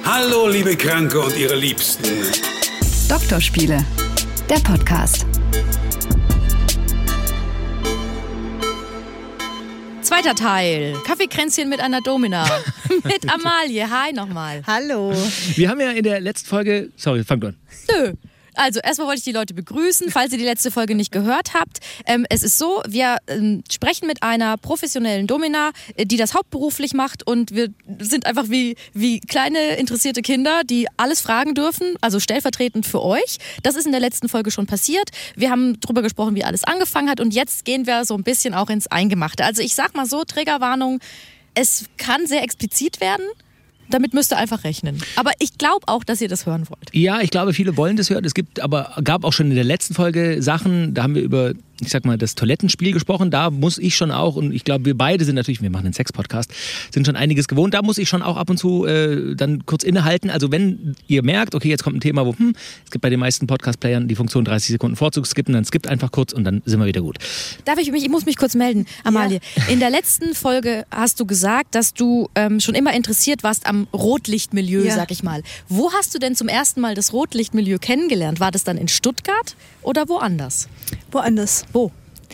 Hallo, liebe Kranke und ihre Liebsten. Doktorspiele, der Podcast. Zweiter Teil. Kaffeekränzchen mit einer Domina. Mit Amalie. Hi nochmal. Hallo. Wir haben ja in der letzten Folge... Sorry, fang du an. Nö. Also erstmal wollte ich die Leute begrüßen, falls ihr die letzte Folge nicht gehört habt. Es ist so, wir sprechen mit einer professionellen Domina, die das hauptberuflich macht, und wir sind einfach wie kleine interessierte Kinder, die alles fragen dürfen, also stellvertretend für euch. Das ist in der letzten Folge schon passiert. Wir haben darüber gesprochen, wie alles angefangen hat, und jetzt gehen wir so ein bisschen auch ins Eingemachte. Also ich sag mal so, Triggerwarnung, es kann sehr explizit werden. Damit müsst ihr einfach rechnen. Aber ich glaube auch, dass ihr das hören wollt. Ja, ich glaube, viele wollen das hören. Gab auch schon in der letzten Folge Sachen, da haben wir über, ich sag mal, das Toilettenspiel gesprochen. Da muss ich schon auch, und ich glaube, wir beide sind natürlich, wir machen einen Sex-Podcast, sind schon einiges gewohnt. Da muss ich schon auch ab und zu dann kurz innehalten. Also wenn ihr merkt, okay, jetzt kommt ein Thema, wo, es gibt bei den meisten Podcast-Playern die Funktion 30 Sekunden Vorzug skippen, dann skippt einfach kurz und dann sind wir wieder gut. Ich muss mich kurz melden, Amalie. Ja. In der letzten Folge hast du gesagt, dass du schon immer interessiert warst am Rotlichtmilieu, sag ich mal. Wo hast du denn zum ersten Mal das Rotlichtmilieu kennengelernt? War das dann in Stuttgart oder woanders? Woanders. Wo?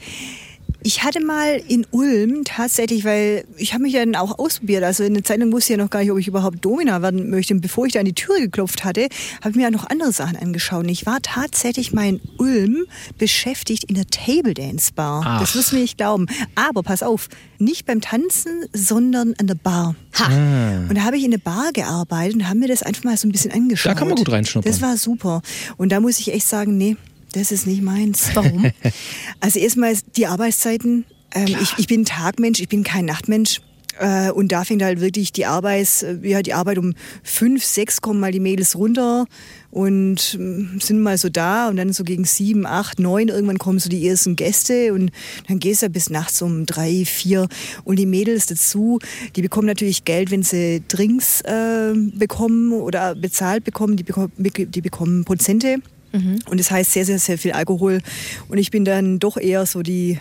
Ich hatte mal in Ulm tatsächlich, weil ich habe mich dann auch ausprobiert. Also in der Zeit lang wusste ich ja noch gar nicht, ob ich überhaupt Domina werden möchte. Und bevor ich da an die Tür geklopft hatte, habe ich mir ja noch andere Sachen angeschaut. Und ich war tatsächlich mal in Ulm beschäftigt in der Table Dance Bar. Ach. Das wirst du mir nicht glauben. Aber pass auf, nicht beim Tanzen, sondern an der Bar. Und da habe ich in der Bar gearbeitet und haben mir das einfach mal so ein bisschen angeschaut. Da kann man gut reinschnuppern. Das war super. Und da muss ich echt sagen, nee, das ist nicht meins. Warum? Also erstmal die Arbeitszeiten. Ich bin ein Tagmensch, ich bin kein Nachtmensch. Und da fängt halt wirklich die Arbeit um 5, 6 kommen mal die Mädels runter und sind mal so da, und dann so gegen 7, 8, 9 irgendwann kommen so die ersten Gäste, und dann gehst du bis nachts um 3, 4, und die Mädels dazu, die bekommen natürlich Geld, wenn sie Drinks bekommen oder bezahlt bekommen, die bekommen Prozente. Und das heißt sehr, sehr, sehr viel Alkohol. Und ich bin dann doch eher so die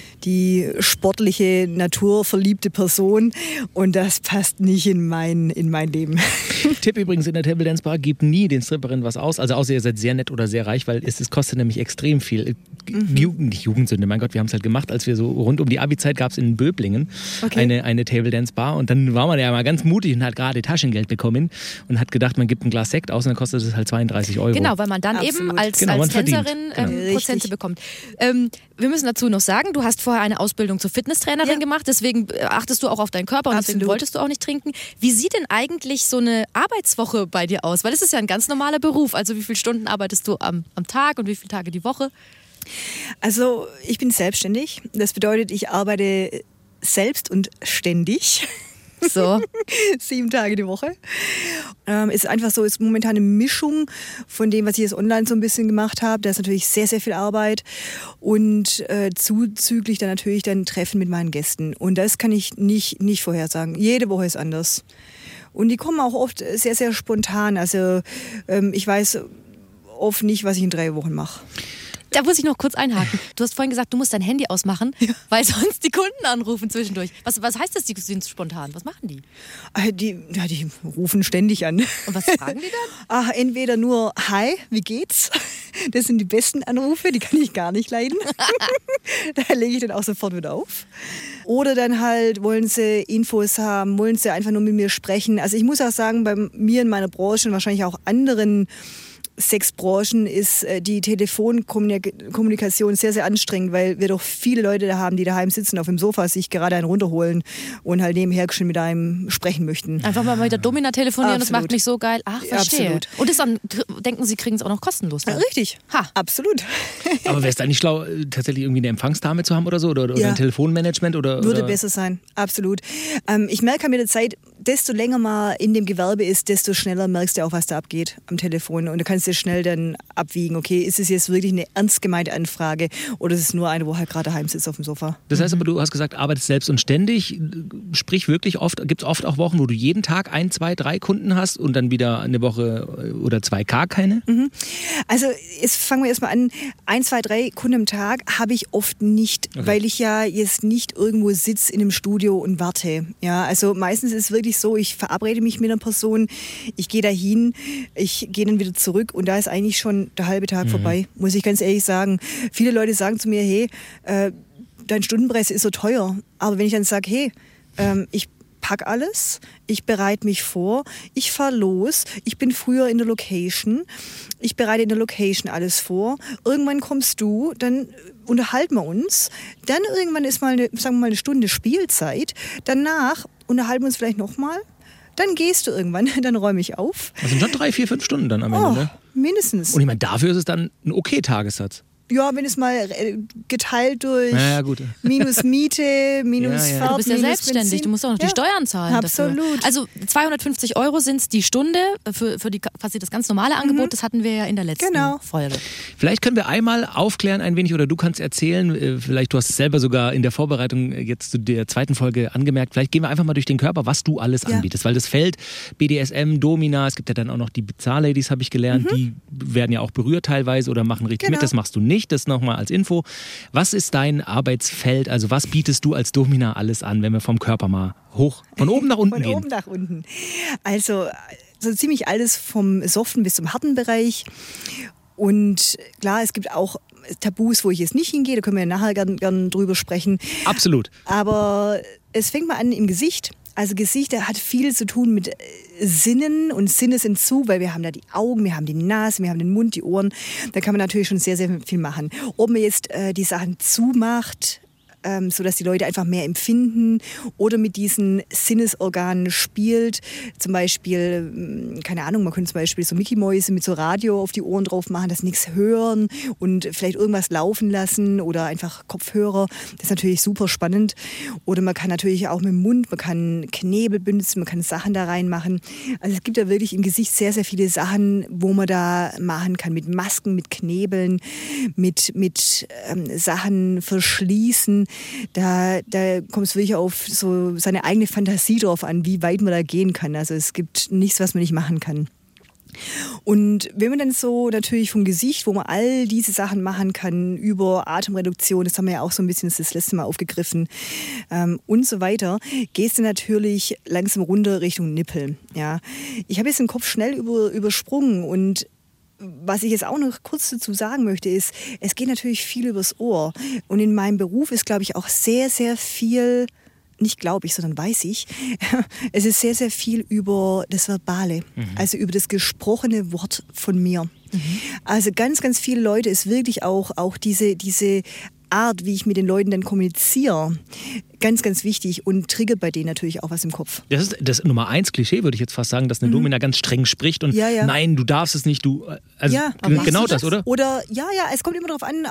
sportliche, naturverliebte Person. Und das passt nicht in mein Leben. Tipp übrigens in der Table Dance Bar, gebt nie den Stripperinnen was aus. Also außer ihr seid sehr nett oder sehr reich, weil es kostet nämlich extrem viel. Nicht Jugendsünde, mein Gott, wir haben es halt gemacht, als wir so rund um die Abi-Zeit gab es in Böblingen eine Table Dance Bar. Und dann war man ja mal ganz mutig und hat gerade Taschengeld bekommen und hat gedacht, man gibt ein Glas Sekt aus und dann kostet es halt 32 €. Genau, weil man dann eben als Tänzerin Prozente bekommt. Wir müssen dazu noch sagen, du hast vorher eine Ausbildung zur Fitnesstrainerin gemacht, deswegen achtest du auch auf deinen Körper und deswegen wolltest du auch nicht trinken. Wie sieht denn eigentlich so eine Arbeitswoche bei dir aus? Weil es ist ja ein ganz normaler Beruf. Also wie viele Stunden arbeitest du am Tag und wie viele Tage die Woche? Also ich bin selbstständig. Das bedeutet, ich arbeite selbst und ständig. So. 7 Tage die Woche. Ist einfach so, ist momentan eine Mischung von dem, was ich jetzt online so ein bisschen gemacht habe. Da ist natürlich sehr, sehr viel Arbeit und zuzüglich dann natürlich dann Treffen mit meinen Gästen. Und das kann ich nicht vorhersagen. Jede Woche ist anders. Und die kommen auch oft sehr, sehr spontan. Also ich weiß oft nicht, was ich in 3 Wochen mache. Da muss ich noch kurz einhaken. Du hast vorhin gesagt, du musst dein Handy ausmachen, weil sonst die Kunden anrufen zwischendurch. Was heißt das, die sind spontan? Was machen die? Die rufen ständig an. Und was fragen die dann? Entweder nur Hi, wie geht's? Das sind die besten Anrufe, die kann ich gar nicht leiden. Da lege ich dann auch sofort wieder auf. Oder dann halt wollen sie Infos haben, wollen sie einfach nur mit mir sprechen. Also ich muss auch sagen, bei mir in meiner Branche und wahrscheinlich auch anderen Sexbranchen ist die Telefonkommunikation sehr, sehr anstrengend, weil wir doch viele Leute da haben, die daheim sitzen auf dem Sofa, sich gerade einen runterholen und halt nebenher schon mit einem sprechen möchten. Einfach mal mit der Domina telefonieren, Absolut. Das macht mich so geil. Ach, verstehe. Absolut. Und das dann denken sie, kriegen es auch noch kostenlos dann. Richtig. Absolut. Aber wäre es da nicht schlau, tatsächlich irgendwie eine Empfangsdame zu haben oder so? Oder ein Telefonmanagement? Würde besser sein. Absolut. Ich merke mit der Zeit, desto länger man in dem Gewerbe ist, desto schneller merkst du auch, was da abgeht am Telefon. Und du kannst dir schnell dann abwiegen, okay, ist es jetzt wirklich eine ernst gemeinte Anfrage oder ist es nur eine, wo halt gerade daheim sitzt auf dem Sofa? Das heißt aber, du hast gesagt, arbeitest selbst und ständig. Sprich wirklich oft, gibt es oft auch Wochen, wo du jeden Tag 1, 2, 3 Kunden hast und dann wieder eine Woche oder 2 gar keine? Also jetzt fangen wir erstmal an. 1, 2, 3 Kunden am Tag habe ich oft nicht, weil ich ja jetzt nicht irgendwo sitze in einem Studio und warte. Ja, also meistens ist es wirklich wirklich so, ich verabrede mich mit einer Person, ich gehe dahin, ich gehe dann wieder zurück und da ist eigentlich schon der halbe Tag vorbei, muss ich ganz ehrlich sagen. Viele Leute sagen zu mir, hey, dein Stundenpreis ist so teuer. Aber wenn ich dann sage, hey, ich pack alles, ich bereite mich vor, ich fahre los, ich bin früher in der Location, ich bereite in der Location alles vor, irgendwann kommst du, dann unterhalten wir uns, dann irgendwann ist mal eine Stunde Spielzeit, danach unterhalten wir uns vielleicht nochmal, dann gehst du irgendwann, dann räume ich auf. Das sind schon 3, 4, 5 Stunden dann am Ende, ne? Mindestens. Und ich meine, dafür ist es dann ein okay Tagessatz. Ja, wenn es mal geteilt durch gut. minus Miete, minus Fahrt, du bist ja minus selbstständig, Benzin. du musst auch noch die Steuern zahlen. Absolut. Dafür. Also 250 € sind es die Stunde für quasi das ganz normale Angebot. Das hatten wir ja in der letzten Folge. Vielleicht können wir einmal aufklären ein wenig oder du kannst erzählen, vielleicht du hast es selber sogar in der Vorbereitung jetzt zu der zweiten Folge angemerkt, vielleicht gehen wir einfach mal durch den Körper, was du alles anbietest, weil das Feld BDSM, Domina, es gibt ja dann auch noch die Bizarre-Ladies, habe ich gelernt, die werden ja auch berührt teilweise oder machen richtig mit, das machst du nicht, das nochmal als Info. Was ist dein Arbeitsfeld, also was bietest du als Domina alles an, wenn wir vom Körper mal hoch, von oben nach unten gehen? Von oben nach unten. Also so ziemlich alles vom soften bis zum harten Bereich. Und klar, es gibt auch Tabus, wo ich jetzt nicht hingehe, da können wir nachher gern drüber sprechen. Absolut. Aber es fängt mal an im Gesicht. Also Gesicht hat viel zu tun mit Sinnen und Sinnesentzug, weil wir haben da die Augen, wir haben die Nase, wir haben den Mund, die Ohren. Da kann man natürlich schon sehr, sehr viel machen. Ob man jetzt die Sachen zumacht, sodass die Leute einfach mehr empfinden oder mit diesen Sinnesorganen spielt. Zum Beispiel, keine Ahnung, man könnte zum Beispiel so Mickey-Mäuse mit so Radio auf die Ohren drauf machen, dass sie nichts hören und vielleicht irgendwas laufen lassen oder einfach Kopfhörer. Das ist natürlich super spannend. Oder man kann natürlich auch mit dem Mund, man kann Knebel benutzen, man kann Sachen da reinmachen. Also es gibt ja wirklich im Gesicht sehr, sehr viele Sachen, wo man da machen kann. Mit Masken, mit Knebeln, mit Sachen verschließen. Da kommt es wirklich auf so seine eigene Fantasie drauf an, wie weit man da gehen kann. Also es gibt nichts, was man nicht machen kann. Und wenn man dann so natürlich vom Gesicht, wo man all diese Sachen machen kann, über Atemreduktion, das haben wir ja auch so ein bisschen das letzte Mal aufgegriffen, und so weiter, gehst du natürlich langsam runter Richtung Nippel. Ja. Ich habe jetzt den Kopf schnell übersprungen und was ich jetzt auch noch kurz dazu sagen möchte, ist, es geht natürlich viel übers Ohr. Und in meinem Beruf ist, glaube ich, auch sehr, sehr viel, nicht glaube ich, sondern weiß ich, es ist sehr, sehr viel über das Verbale, also über das gesprochene Wort von mir. Also ganz, ganz viele Leute ist wirklich auch diese Art, wie ich mit den Leuten dann kommuniziere, ganz, ganz wichtig und triggert bei denen natürlich auch was im Kopf. Das ist das Nummer 1 Klischee, würde ich jetzt fast sagen, dass eine Domina ganz streng spricht und nein, du darfst es nicht, genau das, oder? Oder es kommt immer darauf an,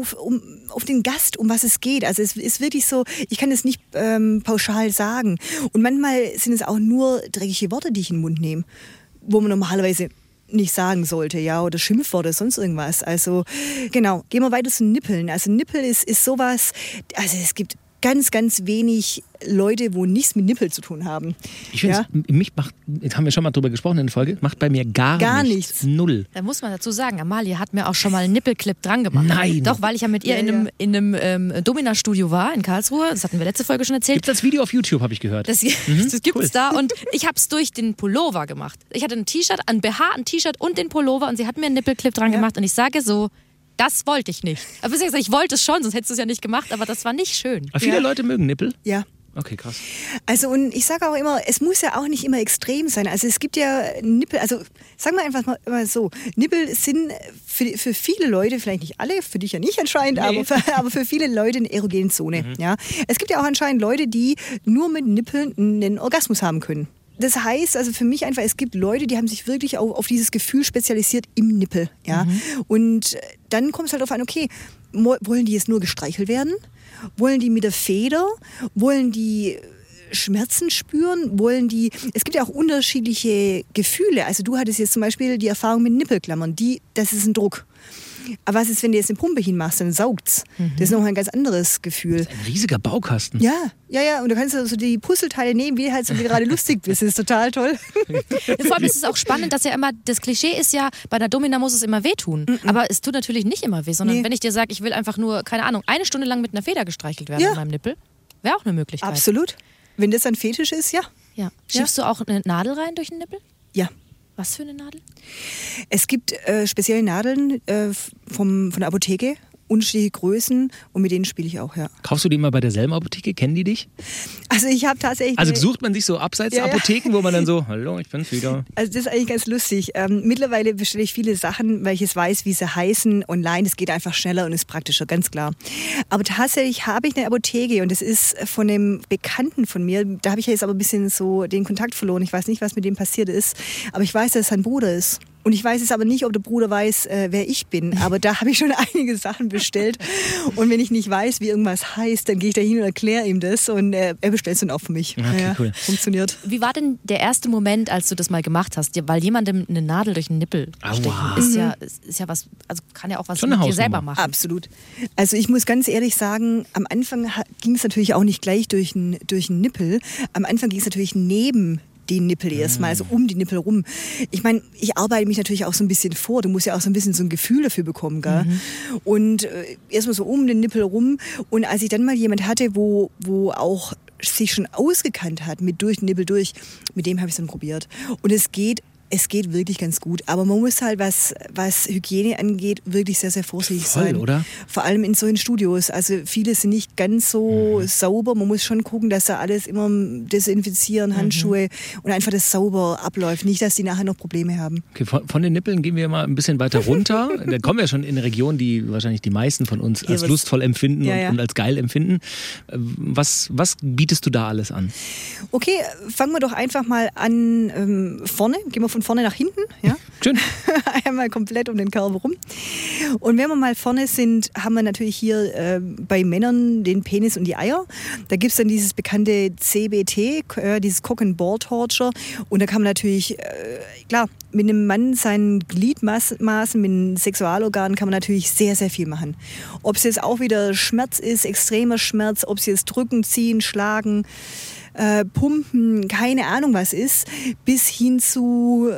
auf den Gast, um was es geht. Also es ist wirklich so, ich kann es nicht pauschal sagen. Und manchmal sind es auch nur dreckige Worte, die ich in den Mund nehme, wo man normalerweise nicht sagen sollte, oder Schimpfworte, sonst irgendwas. Also genau, gehen wir weiter zu Nippeln. Also Nippel ist sowas, also es gibt ganz, ganz wenig Leute, wo nichts mit Nippel zu tun haben. Ich finde, mich macht, jetzt haben wir schon mal drüber gesprochen in der Folge, macht bei mir gar nichts. Null. Da muss man dazu sagen, Amalie hat mir auch schon mal einen Nippelclip dran gemacht. Nein. Doch, weil ich ja mit ihr in einem Domina-Studio war in Karlsruhe. Das hatten wir letzte Folge schon erzählt. Gibt es das Video auf YouTube, habe ich gehört. Das gibt es da und ich habe es durch den Pullover gemacht. Ich hatte ein T-Shirt, ein BH, ein T-Shirt und den Pullover und sie hat mir einen Nippelclip dran gemacht und ich sage so, das wollte ich nicht. Aber ich wollte es schon, sonst hättest du es ja nicht gemacht, aber das war nicht schön. Aber viele Leute mögen Nippel? Ja. Okay, krass. Also und ich sage auch immer, es muss ja auch nicht immer extrem sein. Also es gibt ja Nippel, also sagen wir einfach mal so, Nippel sind für viele Leute, vielleicht nicht alle, für dich ja nicht anscheinend, aber für viele Leute eine erogene Zone. Ja. Es gibt ja auch anscheinend Leute, die nur mit Nippeln einen Orgasmus haben können. Das heißt also für mich einfach, es gibt Leute, die haben sich wirklich auf dieses Gefühl spezialisiert im Nippel. Ja? Und dann kommt es halt darauf an, okay, wollen die jetzt nur gestreichelt werden? Wollen die mit der Feder? Wollen die Schmerzen spüren? Es gibt ja auch unterschiedliche Gefühle. Also du hattest jetzt zum Beispiel die Erfahrung mit Nippelklammern. Das ist ein Druck. Aber was ist, wenn du jetzt eine Pumpe hinmachst, dann saugt's. Das ist noch ein ganz anderes Gefühl. Das ist ein riesiger Baukasten. Ja. Und du kannst so die Puzzleteile nehmen, wie halt so wie gerade lustig bist. Das ist total toll. Vor allem ist es auch spannend, dass ja immer, das Klischee ist ja, bei einer Domina muss es immer wehtun. Aber es tut natürlich nicht immer weh, sondern wenn ich dir sage, ich will einfach nur, keine Ahnung, 1 Stunde lang mit einer Feder gestreichelt werden an meinem Nippel, wäre auch eine Möglichkeit. Absolut. Wenn das ein Fetisch ist, ja. Ja. Schiebst du auch eine Nadel rein durch den Nippel? Ja. Was für eine Nadel? Es gibt spezielle Nadeln von der Apotheke, unterschiedliche Größen und mit denen spiele ich auch, ja. Kaufst du die immer bei derselben Apotheke? Kennen die dich? Also ich habe tatsächlich... Also sucht man sich so abseits Apotheken, wo man dann so, hallo, ich bin's wieder. Also das ist eigentlich ganz lustig. Mittlerweile bestelle ich viele Sachen, weil ich es weiß, wie sie heißen. Online, es geht einfach schneller und ist praktischer, ganz klar. Aber tatsächlich habe ich eine Apotheke und das ist von einem Bekannten von mir. Da habe ich jetzt aber ein bisschen so den Kontakt verloren. Ich weiß nicht, was mit dem passiert ist. Aber ich weiß, dass es sein Bruder ist. Und ich weiß jetzt aber nicht, ob der Bruder weiß, wer ich bin. Aber da habe ich schon einige Sachen bestellt. Und wenn ich nicht weiß, wie irgendwas heißt, dann gehe ich da hin und erkläre ihm das. Und er bestellt es dann auch für mich. Okay, cool. Funktioniert. Wie war denn der erste Moment, als du das mal gemacht hast? Weil jemandem eine Nadel durch den Nippel stechen ist ja was, also kann ja auch was mit dir selber machen. Absolut. Also ich muss ganz ehrlich sagen, am Anfang ging es natürlich auch nicht gleich durch den Nippel. Am Anfang ging es natürlich neben den Nippel erstmal, also um die Nippel rum. Ich meine, ich arbeite mich natürlich auch so ein bisschen vor. Du musst ja auch so ein bisschen so ein Gefühl dafür bekommen, gell? Und erstmal so um den Nippel rum. Und als ich dann mal jemand hatte, wo auch sich schon ausgekannt hat mit durch den Nippel durch, mit dem habe ich es dann probiert. Und es geht wirklich ganz gut. Aber man muss halt, was Hygiene angeht, wirklich sehr, sehr vorsichtig sein. Oder? Vor allem in solchen Studios. Also viele sind nicht ganz so sauber. Man muss schon gucken, dass da alles immer desinfizieren, Handschuhe und einfach das sauber abläuft. Nicht, dass die nachher noch Probleme haben. Okay, von den Nippeln gehen wir mal ein bisschen weiter runter. Da kommen wir schon in eine Region, die wahrscheinlich die meisten von uns als lustvoll empfinden und als geil empfinden. Was bietest du da alles an? Okay, fangen wir doch einfach mal an vorne. Gehen wir von vorne nach hinten. Ja? Schön. Einmal komplett um den Körper rum. Und wenn wir mal vorne sind, haben wir natürlich hier bei Männern den Penis und die Eier. Da gibt es dann dieses bekannte CBT, dieses Cock and Ball Torture. Und da kann man natürlich, klar, mit einem Mann seinen Gliedmaßen, mit den Sexualorganen kann man natürlich sehr, sehr viel machen. Ob es jetzt auch wieder Schmerz ist, extremer Schmerz, ob es jetzt drücken, ziehen, schlagen, pumpen, keine Ahnung was ist, bis hin zu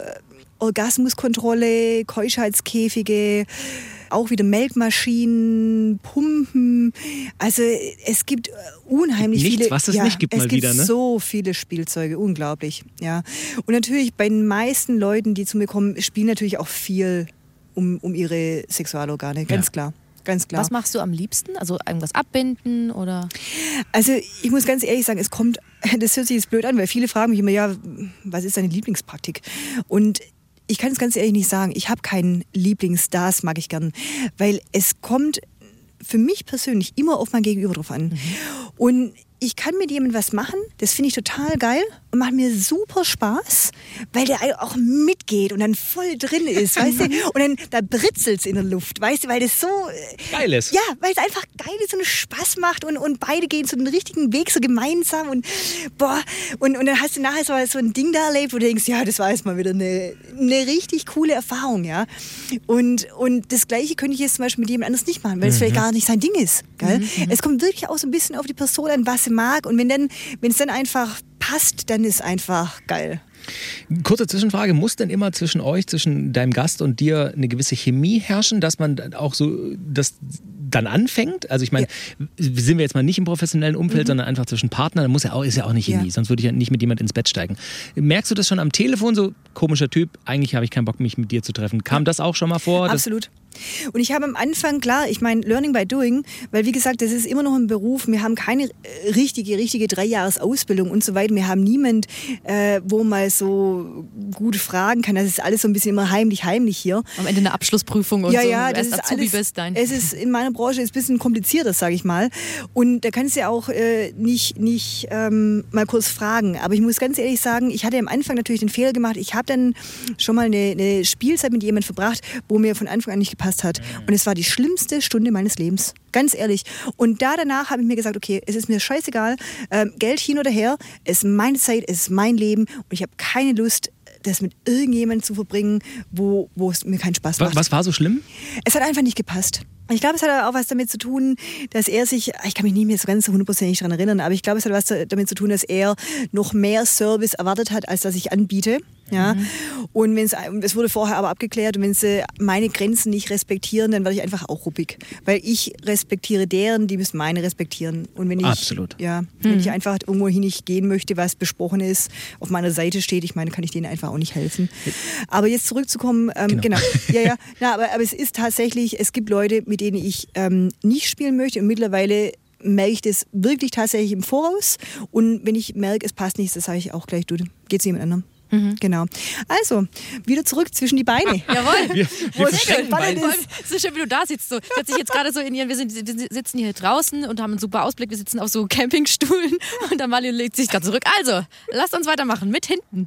Orgasmuskontrolle, Keuschheitskäfige, auch wieder Melkmaschinen, Pumpen. Also es gibt unheimlich Nichts, viele. was es nicht gibt, mal wieder, ne? Es gibt so viele Spielzeuge, unglaublich. Ja. Und natürlich bei den meisten Leuten, die zu mir kommen, spielen natürlich auch viel um ihre Sexualorgane, ganz klar. Ganz klar. Was machst du am liebsten? Also irgendwas abbinden oder? Also ich muss ganz ehrlich sagen, das hört sich jetzt blöd an, weil viele fragen mich immer, ja, was ist deine Lieblingspraktik? Und ich kann es ganz ehrlich nicht sagen. Ich habe keinen das mag ich gern. Weil es kommt für mich persönlich immer auf mein Gegenüber drauf an. Und ich kann mit jemandem was machen, das finde ich total geil und macht mir super Spaß, weil der auch mitgeht und dann voll drin ist, weißt du? Und dann da britzelt es in der Luft, weißt du, weil das so geil ist. Ja, weil es einfach geil ist und Spaß macht und beide gehen so den richtigen Weg so gemeinsam und boah, und dann hast du nachher so ein Ding da erlebt, wo du denkst, ja, das war jetzt mal wieder eine richtig coole Erfahrung, ja. Und das Gleiche könnte ich jetzt zum Beispiel mit jemand anderes nicht machen, weil es vielleicht gar nicht sein Ding ist, gell? Es kommt wirklich auch so ein bisschen auf die Person an, was sie mag und wenn es dann einfach passt, dann ist einfach geil. Kurze Zwischenfrage, muss denn immer zwischen euch, zwischen deinem Gast und dir eine gewisse Chemie herrschen, dass man auch so das dann anfängt? Also ich meine, sind wir jetzt mal nicht im professionellen Umfeld, sondern einfach zwischen Partnern, dann ist ja auch nicht Chemie, sonst würde ich ja nicht mit jemand ins Bett steigen. Merkst du das schon am Telefon, so komischer Typ, eigentlich habe ich keinen Bock, mich mit dir zu treffen. Kam das auch schon mal vor? Absolut. Und ich habe am Anfang, klar, ich meine, Learning by Doing, weil wie gesagt, das ist immer noch ein Beruf, wir haben keine richtige 3-Jahres-Ausbildung und so weiter. Wir haben niemand, wo man so gut fragen kann. Das ist alles so ein bisschen immer heimlich hier. Am Ende eine Abschlussprüfung und so, ja, du erst Azubi bist. Es ist in meiner Branche ein bisschen komplizierter, sage ich mal. Und da kannst du ja auch nicht mal kurz fragen. Aber ich muss ganz ehrlich sagen, ich hatte am Anfang natürlich den Fehler gemacht. Ich habe dann schon mal eine Spielzeit mit jemandem verbracht, wo mir von Anfang an nicht gepasst hat. Und es war die schlimmste Stunde meines Lebens. Ganz ehrlich. Und danach habe ich mir gesagt, okay, es ist mir scheißegal, Geld hin oder her, es ist meine Zeit, es ist mein Leben und ich habe keine Lust, das mit irgendjemandem zu verbringen, wo es mir keinen Spaß macht. Was war so schlimm? Es hat einfach nicht gepasst. Ich glaube, es hat auch was damit zu tun, dass er sich, ich kann mich nicht mehr so ganz 100% daran erinnern, aber ich glaube, es hat was damit zu tun, dass er noch mehr Service erwartet hat, als dass ich anbiete. Ja? Und es wurde vorher aber abgeklärt, und wenn sie meine Grenzen nicht respektieren, dann werde ich einfach auch ruppig. Weil ich respektiere deren, die müssen meine respektieren. Und wenn ich, Absolut. Ja, wenn ich einfach irgendwo hin nicht gehen möchte, was besprochen ist, auf meiner Seite steht, ich meine, kann ich denen einfach auch nicht helfen. Aber jetzt zurückzukommen, genau. Ja. Na, aber es ist tatsächlich, es gibt Leute, mit denen ich nicht spielen möchte, und mittlerweile merke ich das wirklich tatsächlich im Voraus. Und wenn ich merke, es passt nicht, das sage ich auch gleich, du, geht's jemand anderem. Genau. Also, wieder zurück zwischen die Beine. Jawohl. Wir verschränken beide. So schön, wie du da sitzt. So. Setze ich jetzt gerade so in ihren, wir sitzen hier draußen und haben einen super Ausblick. Wir sitzen auf so Campingstühlen und Amalie legt sich gerade zurück. Also, lasst uns weitermachen mit hinten.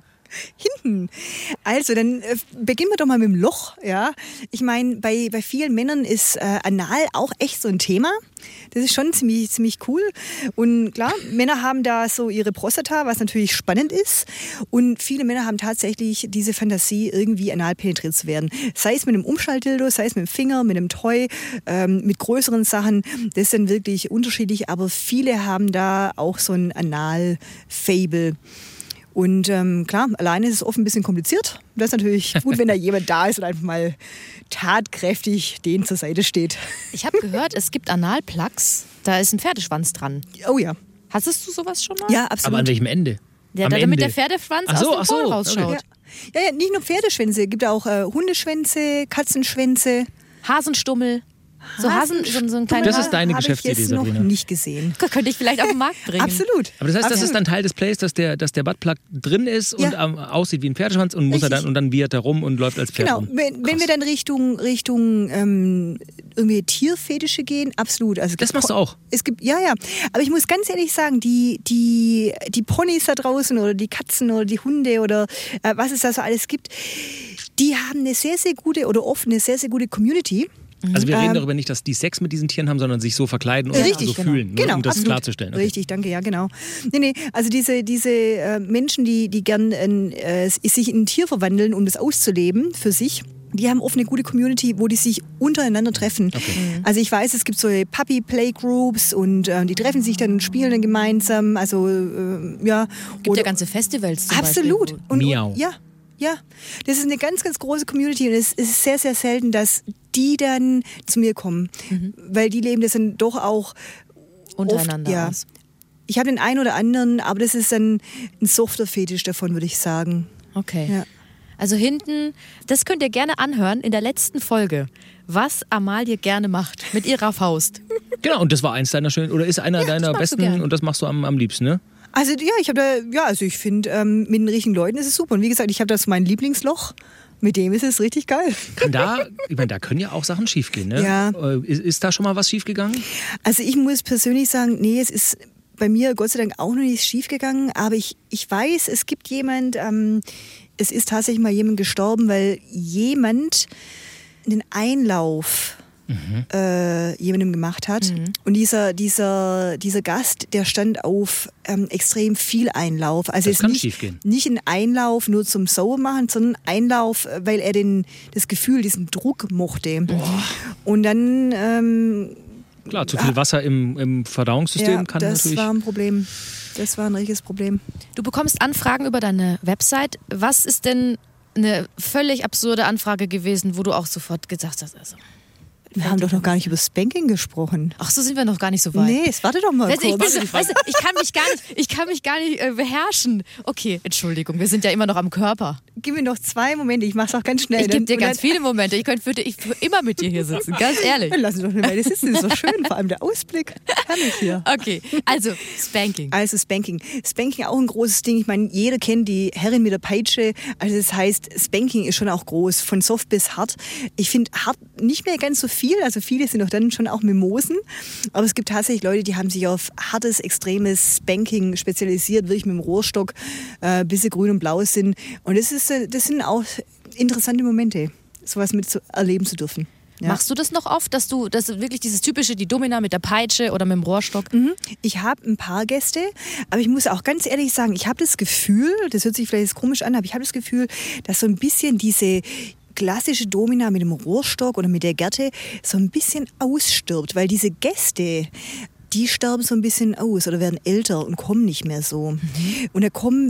Also, dann beginnen wir doch mal mit dem Loch. Ja? Ich meine, bei vielen Männern ist Anal auch echt so ein Thema. Das ist schon ziemlich cool. Und klar, Männer haben da so ihre Prostata, was natürlich spannend ist. Und viele Männer haben tatsächlich diese Fantasie, irgendwie anal penetriert zu werden. Sei es mit einem Umschaltdildo, sei es mit dem Finger, mit einem Toy, mit größeren Sachen. Das ist dann wirklich unterschiedlich. Aber viele haben da auch so ein Anal-Fable. Und klar, alleine ist es oft ein bisschen kompliziert. Das ist natürlich gut, wenn da jemand da ist und einfach mal tatkräftig denen zur Seite steht. Ich habe gehört, es gibt Analplugs, da ist ein Pferdeschwanz dran. Oh ja. Hattest du sowas schon mal? Ja, absolut. Aber an welchem Ende? Ja, Am damit Ende. der Pferdeschwanz aus dem Pool rausschaut. Okay. Ja, nicht nur Pferdeschwänze, es gibt auch Hundeschwänze, Katzenschwänze. Hasenstummel. So so ein kleiner Das ist deine Geschäftsidee, Habe ich jetzt Sabrina. noch nicht gesehen. könnte ich vielleicht auf den Markt bringen. Absolut. Aber das heißt, das Absolut. ist dann Teil des Plays, dass der Buttplug drin ist und aussieht wie ein Pferdeschwanz und dann wiehert er rum und läuft als Pferd Genau, rum. wenn wir dann Richtung irgendwie Tierfetische gehen, absolut. Also Das machst du auch? Es gibt, ja. Aber ich muss ganz ehrlich sagen, die Ponys da draußen oder die Katzen oder die Hunde oder was es da so alles gibt, die haben eine sehr, sehr gute oder oft eine sehr, sehr gute Community. Also wir reden darüber nicht, dass die Sex mit diesen Tieren haben, sondern sich so verkleiden und Richtig, so fühlen, genau, um das absolut. klarzustellen. Okay. Richtig, danke, ja, genau. Nee, also diese Menschen, die gern sich in ein Tier verwandeln, um das auszuleben für sich, die haben oft eine gute Community, wo die sich untereinander treffen. Okay. Also ich weiß, es gibt so Puppy-Play-Groups und die treffen sich dann und spielen dann gemeinsam. Also, ja. Gibt ja ganze Festivals zum Absolut. Beispiel. Und, Miau. Ja, das ist eine ganz, ganz große Community und es ist sehr, sehr selten, dass die dann zu mir kommen, weil die leben das dann doch auch Untereinander oft, aus. Ich habe den einen oder anderen, aber das ist dann ein softer Fetisch davon, würde ich sagen. Okay. Ja. Also hinten, das könnt ihr gerne anhören in der letzten Folge, was Amalie gerne macht mit ihrer Faust. Genau, und das war eins deiner schönen, oder ist einer deiner das magst du besten gern. und das machst du am liebsten, ne? Also ich finde, mit den richtigen Leuten ist es super. Und wie gesagt, ich habe das mein Lieblingsloch. Mit dem ist es richtig geil. Da können ja auch Sachen schiefgehen, ne? Ja. Ist da schon mal was schiefgegangen? Also ich muss persönlich sagen, nee, es ist bei mir Gott sei Dank auch noch nicht schiefgegangen. Aber ich weiß, es gibt jemand, es ist tatsächlich mal jemand gestorben, weil jemand einen Einlauf jemandem gemacht hat. Und dieser Gast, der stand auf extrem viel Einlauf. Also Das jetzt kann schiefgehen. nicht ein Einlauf nur zum Saubermachen, sondern Einlauf, weil er das Gefühl, diesen Druck mochte. Und dann Klar, zu viel Wasser im Verdauungssystem kann das natürlich... war ein Problem. Das war ein richtiges Problem. Du bekommst Anfragen über deine Website. Was ist denn eine völlig absurde Anfrage gewesen, wo du auch sofort gesagt hast, also... Wir haben doch noch gar nicht über Spanking gesprochen. Ach, so sind wir noch gar nicht so weit. Nee, warte doch mal Ich kurz. kann mich gar nicht beherrschen. Okay, Entschuldigung, wir sind ja immer noch am Körper. Gib mir noch 2 Momente, ich mach's auch ganz schnell. Ich gebe dir Und ganz viele Momente. Ich könnte immer mit dir hier sitzen, ganz ehrlich. Dann lass uns doch eine Weile sitzen, das ist so schön, vor allem der Ausblick. Herrlich hier. Okay, also Spanking. Also Spanking. Spanking auch ein großes Ding. Ich meine, jeder kennt die Herrin mit der Peitsche. Also das heißt, Spanking ist schon auch groß, von soft bis hart. Ich finde hart nicht mehr ganz so viel. Also viele sind doch dann schon auch Mimosen. Aber es gibt tatsächlich Leute, die haben sich auf hartes, extremes Spanking spezialisiert, wirklich mit dem Rohrstock, bis sie grün und blau sind. Und das sind auch interessante Momente, sowas mit erleben zu dürfen. Ja. Machst du das noch oft, dass wirklich dieses typische, die Domina mit der Peitsche oder mit dem Rohrstock? Ich habe ein paar Gäste, aber ich muss auch ganz ehrlich sagen, ich habe das Gefühl, das hört sich vielleicht jetzt komisch an, aber ich habe das Gefühl, dass so ein bisschen diese klassische Domina mit dem Rohrstock oder mit der Gerte so ein bisschen ausstirbt, weil diese Gäste, die sterben so ein bisschen aus oder werden älter und kommen nicht mehr so. Und da kommen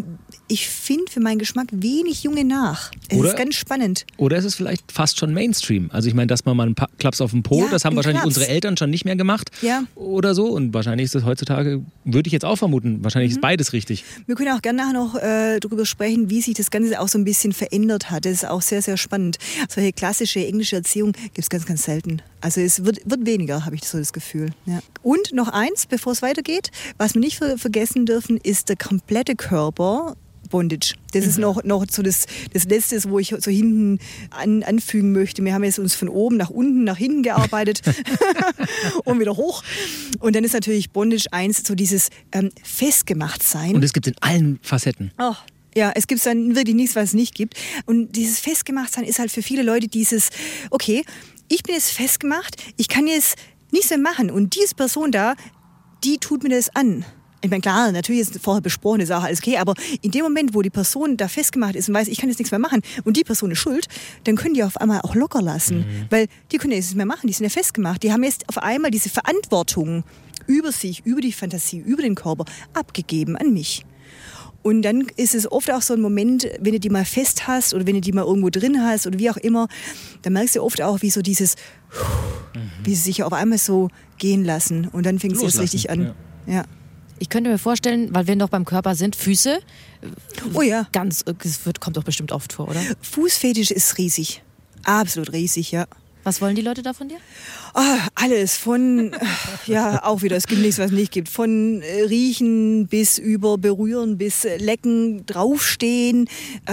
ich finde für meinen Geschmack wenig Junge nach. Es ist ganz spannend. Oder ist es vielleicht fast schon Mainstream? Also ich meine, dass man mal einen Klaps auf den Po, das haben wahrscheinlich unsere Eltern schon nicht mehr gemacht oder so. Und wahrscheinlich ist das heutzutage, würde ich jetzt auch vermuten, wahrscheinlich ist beides richtig. Wir können auch gerne nachher noch darüber sprechen, wie sich das Ganze auch so ein bisschen verändert hat. Das ist auch sehr, sehr spannend. Solche klassische englische Erziehung gibt es ganz, ganz selten. Also es wird weniger, habe ich so das Gefühl. Ja. Und noch eins, bevor es weitergeht, was wir nicht vergessen dürfen, ist der komplette Körper Bondage. Das ist noch so das Letzte, wo ich so hinten anfügen möchte. Wir haben jetzt uns von oben nach unten, nach hinten gearbeitet und wieder hoch. Und dann ist natürlich Bondage 1 so dieses Festgemachtsein. Und es gibt in allen Facetten. Oh. Ja, es gibt dann wirklich nichts, was es nicht gibt. Und dieses Festgemachtsein ist halt für viele Leute dieses, okay, ich bin jetzt festgemacht, ich kann jetzt nichts mehr machen. Und diese Person da, die tut mir das an. Ich meine, klar, natürlich ist vorher besprochen, ist auch alles okay, aber in dem Moment, wo die Person da festgemacht ist und weiß, ich kann jetzt nichts mehr machen und die Person ist schuld, dann können die auf einmal auch locker lassen, weil die können ja nichts mehr machen, die sind ja festgemacht. Die haben jetzt auf einmal diese Verantwortung über sich, über die Fantasie, über den Körper abgegeben an mich. Und dann ist es oft auch so ein Moment, wenn du die mal fest hast oder wenn du die mal irgendwo drin hast oder wie auch immer, dann merkst du oft auch, wie so dieses, wie sie sich auf einmal so gehen lassen und dann fängt es jetzt richtig an. Ja. Ich könnte mir vorstellen, weil wir noch beim Körper sind, Füße. Oh ja. Kommt doch bestimmt oft vor, oder? Fußfetisch ist riesig. Absolut riesig, ja. Was wollen die Leute da von dir? Alles. Von, auch wieder, es gibt nichts, was es nicht gibt. Von Riechen bis über Berühren bis Lecken, draufstehen.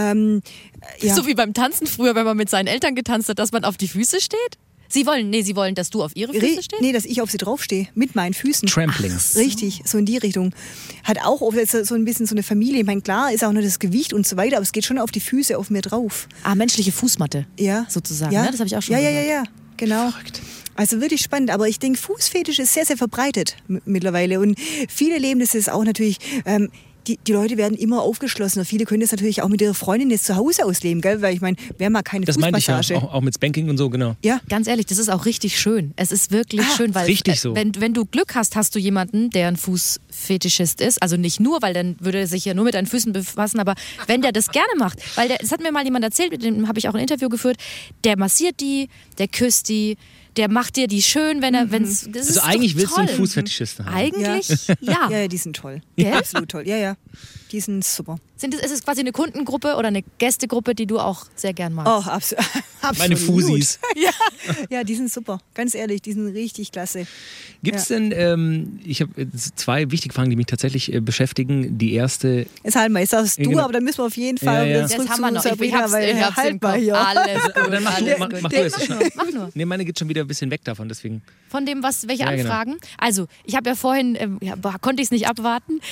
So wie beim Tanzen früher, wenn man mit seinen Eltern getanzt hat, dass man auf die Füße steht? Sie wollen, dass du auf ihre Füße stehst? Nee, dass ich auf sie draufstehe, mit meinen Füßen. Trampling. So. Richtig, so in die Richtung. Hat auch oft so ein bisschen so eine Familie. Ich meine, klar ist auch nur das Gewicht und so weiter, aber es geht schon auf die Füße, auf mir drauf. Menschliche Fußmatte. Ja. Sozusagen, ja. Ne? Das habe ich auch schon gehört. Ja, genau. Verrückt. Also wirklich spannend, aber ich denke, Fußfetisch ist sehr, sehr verbreitet mittlerweile und viele leben das jetzt auch natürlich... Die Leute werden immer aufgeschlossener. Viele können das natürlich auch mit ihrer Freundin jetzt zu Hause ausleben, gell? Weil ich meine, wer mag keine Fußmassage? Das meinte ich ja, auch mit Spanking und so, genau. Ja. Ganz ehrlich, das ist auch richtig schön. Es ist wirklich schön, weil richtig so. Wenn du Glück hast, hast du jemanden, der ein Fußfetischist ist. Also nicht nur, weil dann würde er sich ja nur mit deinen Füßen befassen, aber wenn der das gerne macht, weil das hat mir mal jemand erzählt, mit dem habe ich auch ein Interview geführt, der massiert die, der küsst die, der macht dir die schön, wenn er, wenn's, das also ist eigentlich willst du einen toll. Fußfetischisten haben. Eigentlich, ja. Ja, die sind toll. Ja? Absolut toll. Ja. Die sind super. Ist es quasi eine Kundengruppe oder eine Gästegruppe, die du auch sehr gern magst? Oh, absolut. Meine Fusis. Ja, die sind super. Ganz ehrlich, die sind richtig klasse. Gibt es denn, ich habe zwei wichtige Fragen, die mich tatsächlich beschäftigen. Die erste... Jetzt halt mal, sagst du, genau. aber dann müssen wir auf jeden Fall Ja. Das zurück haben wir zu noch. Sabrina, weil ich hab's halt im mal Kopf. hier. Alles gut. Aber dann mach du es. Mach nur. Nee, meine geht schon wieder ein bisschen weg davon, deswegen... Von dem, welche Ja, genau. Anfragen? Also, ich habe ja vorhin, konnte ich es nicht abwarten.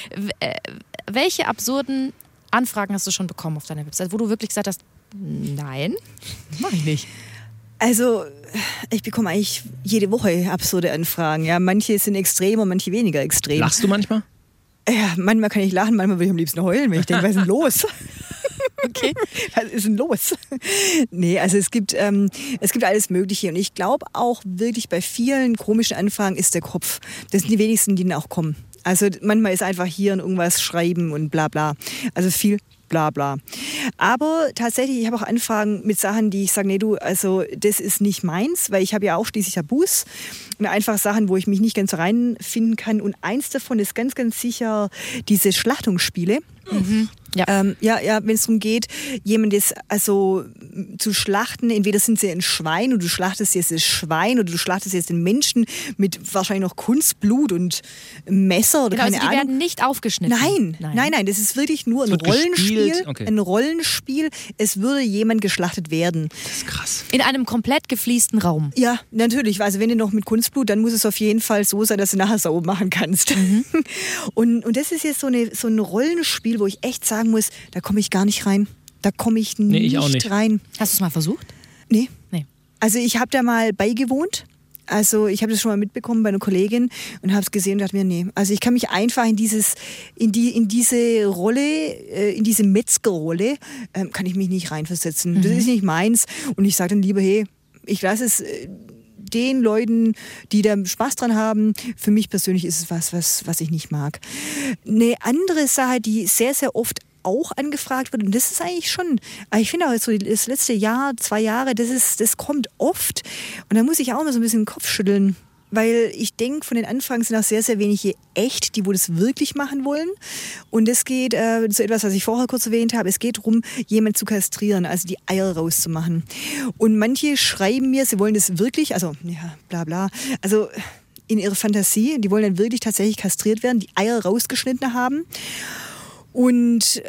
Welche absurden Anfragen hast du schon bekommen auf deiner Website, wo du wirklich gesagt hast, nein, mach ich nicht? Also, ich bekomme eigentlich jede Woche absurde Anfragen. Ja, manche sind extrem und manche weniger extrem. Lachst du manchmal? Ja, manchmal kann ich lachen, manchmal will ich am liebsten heulen, wenn ich denke, was ist denn los? Okay. Was ist denn los? Nee, also es gibt alles Mögliche und ich glaube auch wirklich bei vielen komischen Anfragen ist der Kopf. Das sind die wenigsten, die dann auch kommen. Also manchmal ist einfach hier und irgendwas schreiben und bla bla. Also viel bla bla. Aber tatsächlich, ich habe auch Anfragen mit Sachen, die ich sage, nee du, also das ist nicht meins, weil ich habe ja auch schließlich Tabus und einfach Sachen, wo ich mich nicht ganz so reinfinden kann. Und eins davon ist ganz, ganz sicher diese Schlachtungsspiele. Mhm. Ja. Wenn es darum geht, jemandes also zu schlachten, entweder sind sie ein Schwein und du schlachtest jetzt das Schwein oder du schlachtest jetzt den Menschen mit wahrscheinlich noch Kunstblut und Messer oder Genau, keine also die Ahnung. werden nicht aufgeschnitten. Nein, das ist wirklich nur ein wird Rollenspiel. gespielt? Okay. Ein Rollenspiel. Es würde jemand geschlachtet werden. Das ist krass. In einem komplett gefliesten Raum. Ja, natürlich. Also wenn du noch mit Kunstblut, dann muss es auf jeden Fall so sein, dass du nachher sauber machen kannst. Und das ist jetzt so ein Rollenspiel, wo ich echt sagen muss, da komme ich gar nicht rein. Da komme ich ich auch nicht rein. Hast du es mal versucht? Nee. Nee. Also ich habe da mal beigewohnt. Also ich habe das schon mal mitbekommen bei einer Kollegin und habe es gesehen und dachte mir, nee. Also ich kann mich einfach in diese Rolle, in diese Metzgerrolle, kann ich mich nicht reinversetzen. Das ist nicht meins. Und ich sage dann lieber, hey, ich lasse es den Leuten, die da Spaß dran haben. Für mich persönlich ist es was ich nicht mag. Eine andere Sache, die sehr, sehr oft auch angefragt wird. Und das ist eigentlich schon, ich finde auch so das letzte Jahr, 2 Jahre, das kommt oft. Und da muss ich auch immer so ein bisschen den Kopf schütteln. Weil ich denke, von den Anfragen sind auch sehr, sehr wenige echt, die wo das wirklich machen wollen. Und es geht, so etwas, was ich vorher kurz erwähnt habe, es geht darum, jemanden zu kastrieren, also die Eier rauszumachen. Und manche schreiben mir, sie wollen das wirklich, also ja, bla bla, also in ihrer Fantasie, die wollen dann wirklich tatsächlich kastriert werden, die Eier rausgeschnitten haben. Und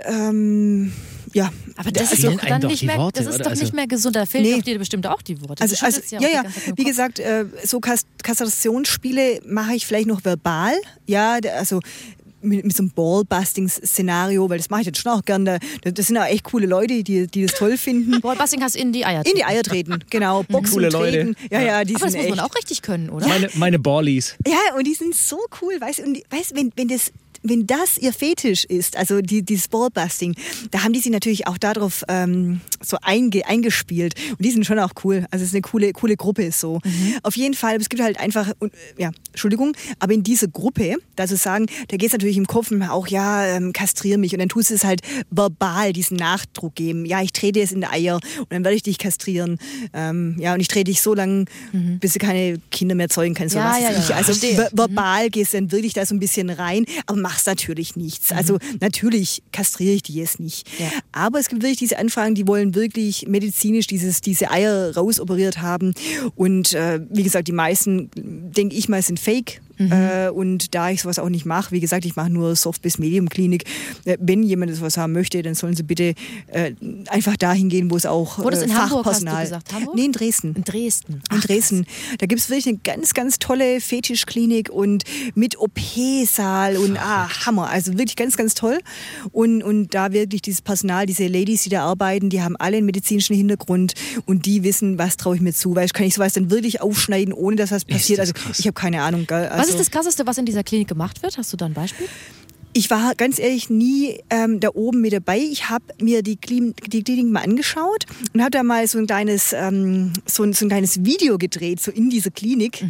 ja, aber das ist doch dann nicht mehr, Worte, das ist oder? doch Also, nicht mehr gesund. Da fehlen doch dir bestimmt auch die Worte. Also ja, wie gesagt, so Kastrationsspiele mache ich vielleicht noch verbal. Ja, also mit so einem Ballbusting-Szenario, weil das mache ich jetzt schon auch gerne. Das sind auch echt coole Leute, die das toll finden. Ballbusting heißt in die Eier treten. In die Eier treten, genau. Boxen, coole Leute. treten. Ja, die aber das sind muss man echt. auch richtig können, oder? meine Ballies. Ja, und die sind so cool, weißt du, wenn das ihr Fetisch ist, also dieses Ballbusting, da haben die sich natürlich auch darauf so eingespielt. Und die sind schon auch cool. Also es ist eine coole Gruppe so. Auf jeden Fall, es gibt halt einfach, Entschuldigung, aber in dieser Gruppe, da zu sagen, da geht es natürlich im Kopf auch, kastrier mich. Und dann tust du es halt verbal, diesen Nachdruck geben. Ja, ich trete es in die Eier und dann werde ich dich kastrieren. Und ich trete dich so lange, bis du keine Kinder mehr zeugen kannst. So Also verbal gehst du dann wirklich da so ein bisschen rein, aber machst natürlich nichts. Also natürlich kastriere ich die jetzt nicht. Ja. Aber es gibt wirklich diese Anfragen, die wollen wirklich medizinisch diese Eier rausoperiert haben. Und wie gesagt, die meisten, denke ich mal, sind fake. Und da ich sowas auch nicht mache, wie gesagt, ich mache nur Soft- bis Medium-Klinik. Wenn jemand sowas haben möchte, dann sollen sie bitte einfach dahin gehen, wo es auch Wo das in Fachpersonal... Hamburg, hast du gesagt? Hamburg? Nee, in Dresden. In Dresden. In Dresden. Da gibt es wirklich eine ganz, ganz tolle Fetischklinik und mit OP-Saal und Hammer. Also wirklich ganz, ganz toll. Und da wirklich dieses Personal, diese Ladies, die da arbeiten, die haben alle einen medizinischen Hintergrund und die wissen, was traue ich mir zu. Weil kann ich sowas dann wirklich aufschneiden, ohne dass was passiert. Also ich habe keine Ahnung. Was ist das Krasseste, was in dieser Klinik gemacht wird? Hast du da ein Beispiel? Ich war ganz ehrlich nie da oben mit dabei. Ich habe mir die Klinik mal angeschaut und habe da mal so ein kleines Video gedreht, so in dieser Klinik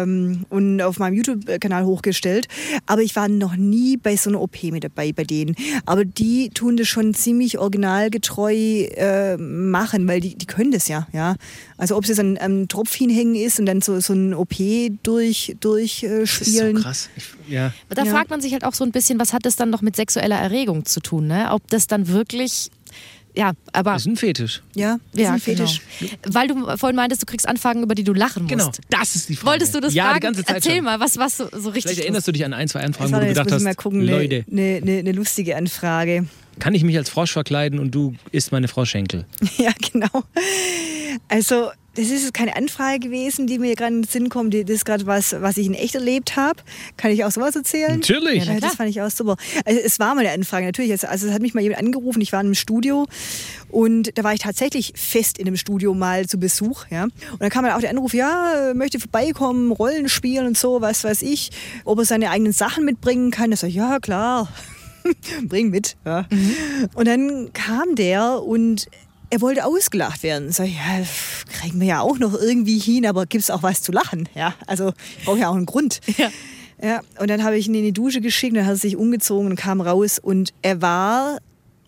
und auf meinem YouTube-Kanal hochgestellt. Aber ich war noch nie bei so einer OP mit dabei bei denen. Aber die tun das schon ziemlich originalgetreu machen, weil die können das ja. Also ob es jetzt an Tropf hinhängen ist und dann so ein OP durchspielen. Das ist so krass. Da fragt man sich halt auch so ein bisschen, was hat das dann noch mit sexueller Erregung zu tun? Ne? Ob das dann wirklich... Ja, aber... Das ist ein Fetisch. Ja, das ist ein Fetisch. Genau. Weil du vorhin meintest, du kriegst Anfragen, über die du lachen musst. Genau, das ist die Frage. Wolltest du das fragen? Die ganze Zeit Erzähl schon. Mal, was so richtig... Vielleicht erinnerst du dich an 1, 2 Anfragen, wo du jetzt gedacht muss hast, ich mal gucken, Leute... Eine lustige Anfrage. Kann ich mich als Frosch verkleiden und du isst meine Frau Schenkel? Ja, genau. Also... Das ist keine Anfrage gewesen, die mir gerade in den Sinn kommt. Das ist gerade was ich in echt erlebt habe. Kann ich auch sowas erzählen? Natürlich. Ja, das fand ich auch super. Also es war mal eine Anfrage, natürlich. Also es hat mich mal jemand angerufen, ich war in einem Studio und da war ich tatsächlich fest in einem Studio mal zu Besuch. Ja. Und dann kam dann auch der Anruf, möchte vorbeikommen, Rollen spielen und so, was weiß ich, ob er seine eigenen Sachen mitbringen kann. Da sag ich, ja klar, bring mit. Ja. Und dann kam der und er wollte ausgelacht werden. Sag ich, kriegen wir ja auch noch irgendwie hin, aber gibt es auch was zu lachen? Ja, also ich brauche ja auch einen Grund. Ja, und dann habe ich ihn in die Dusche geschickt, dann hat er sich umgezogen und kam raus und er war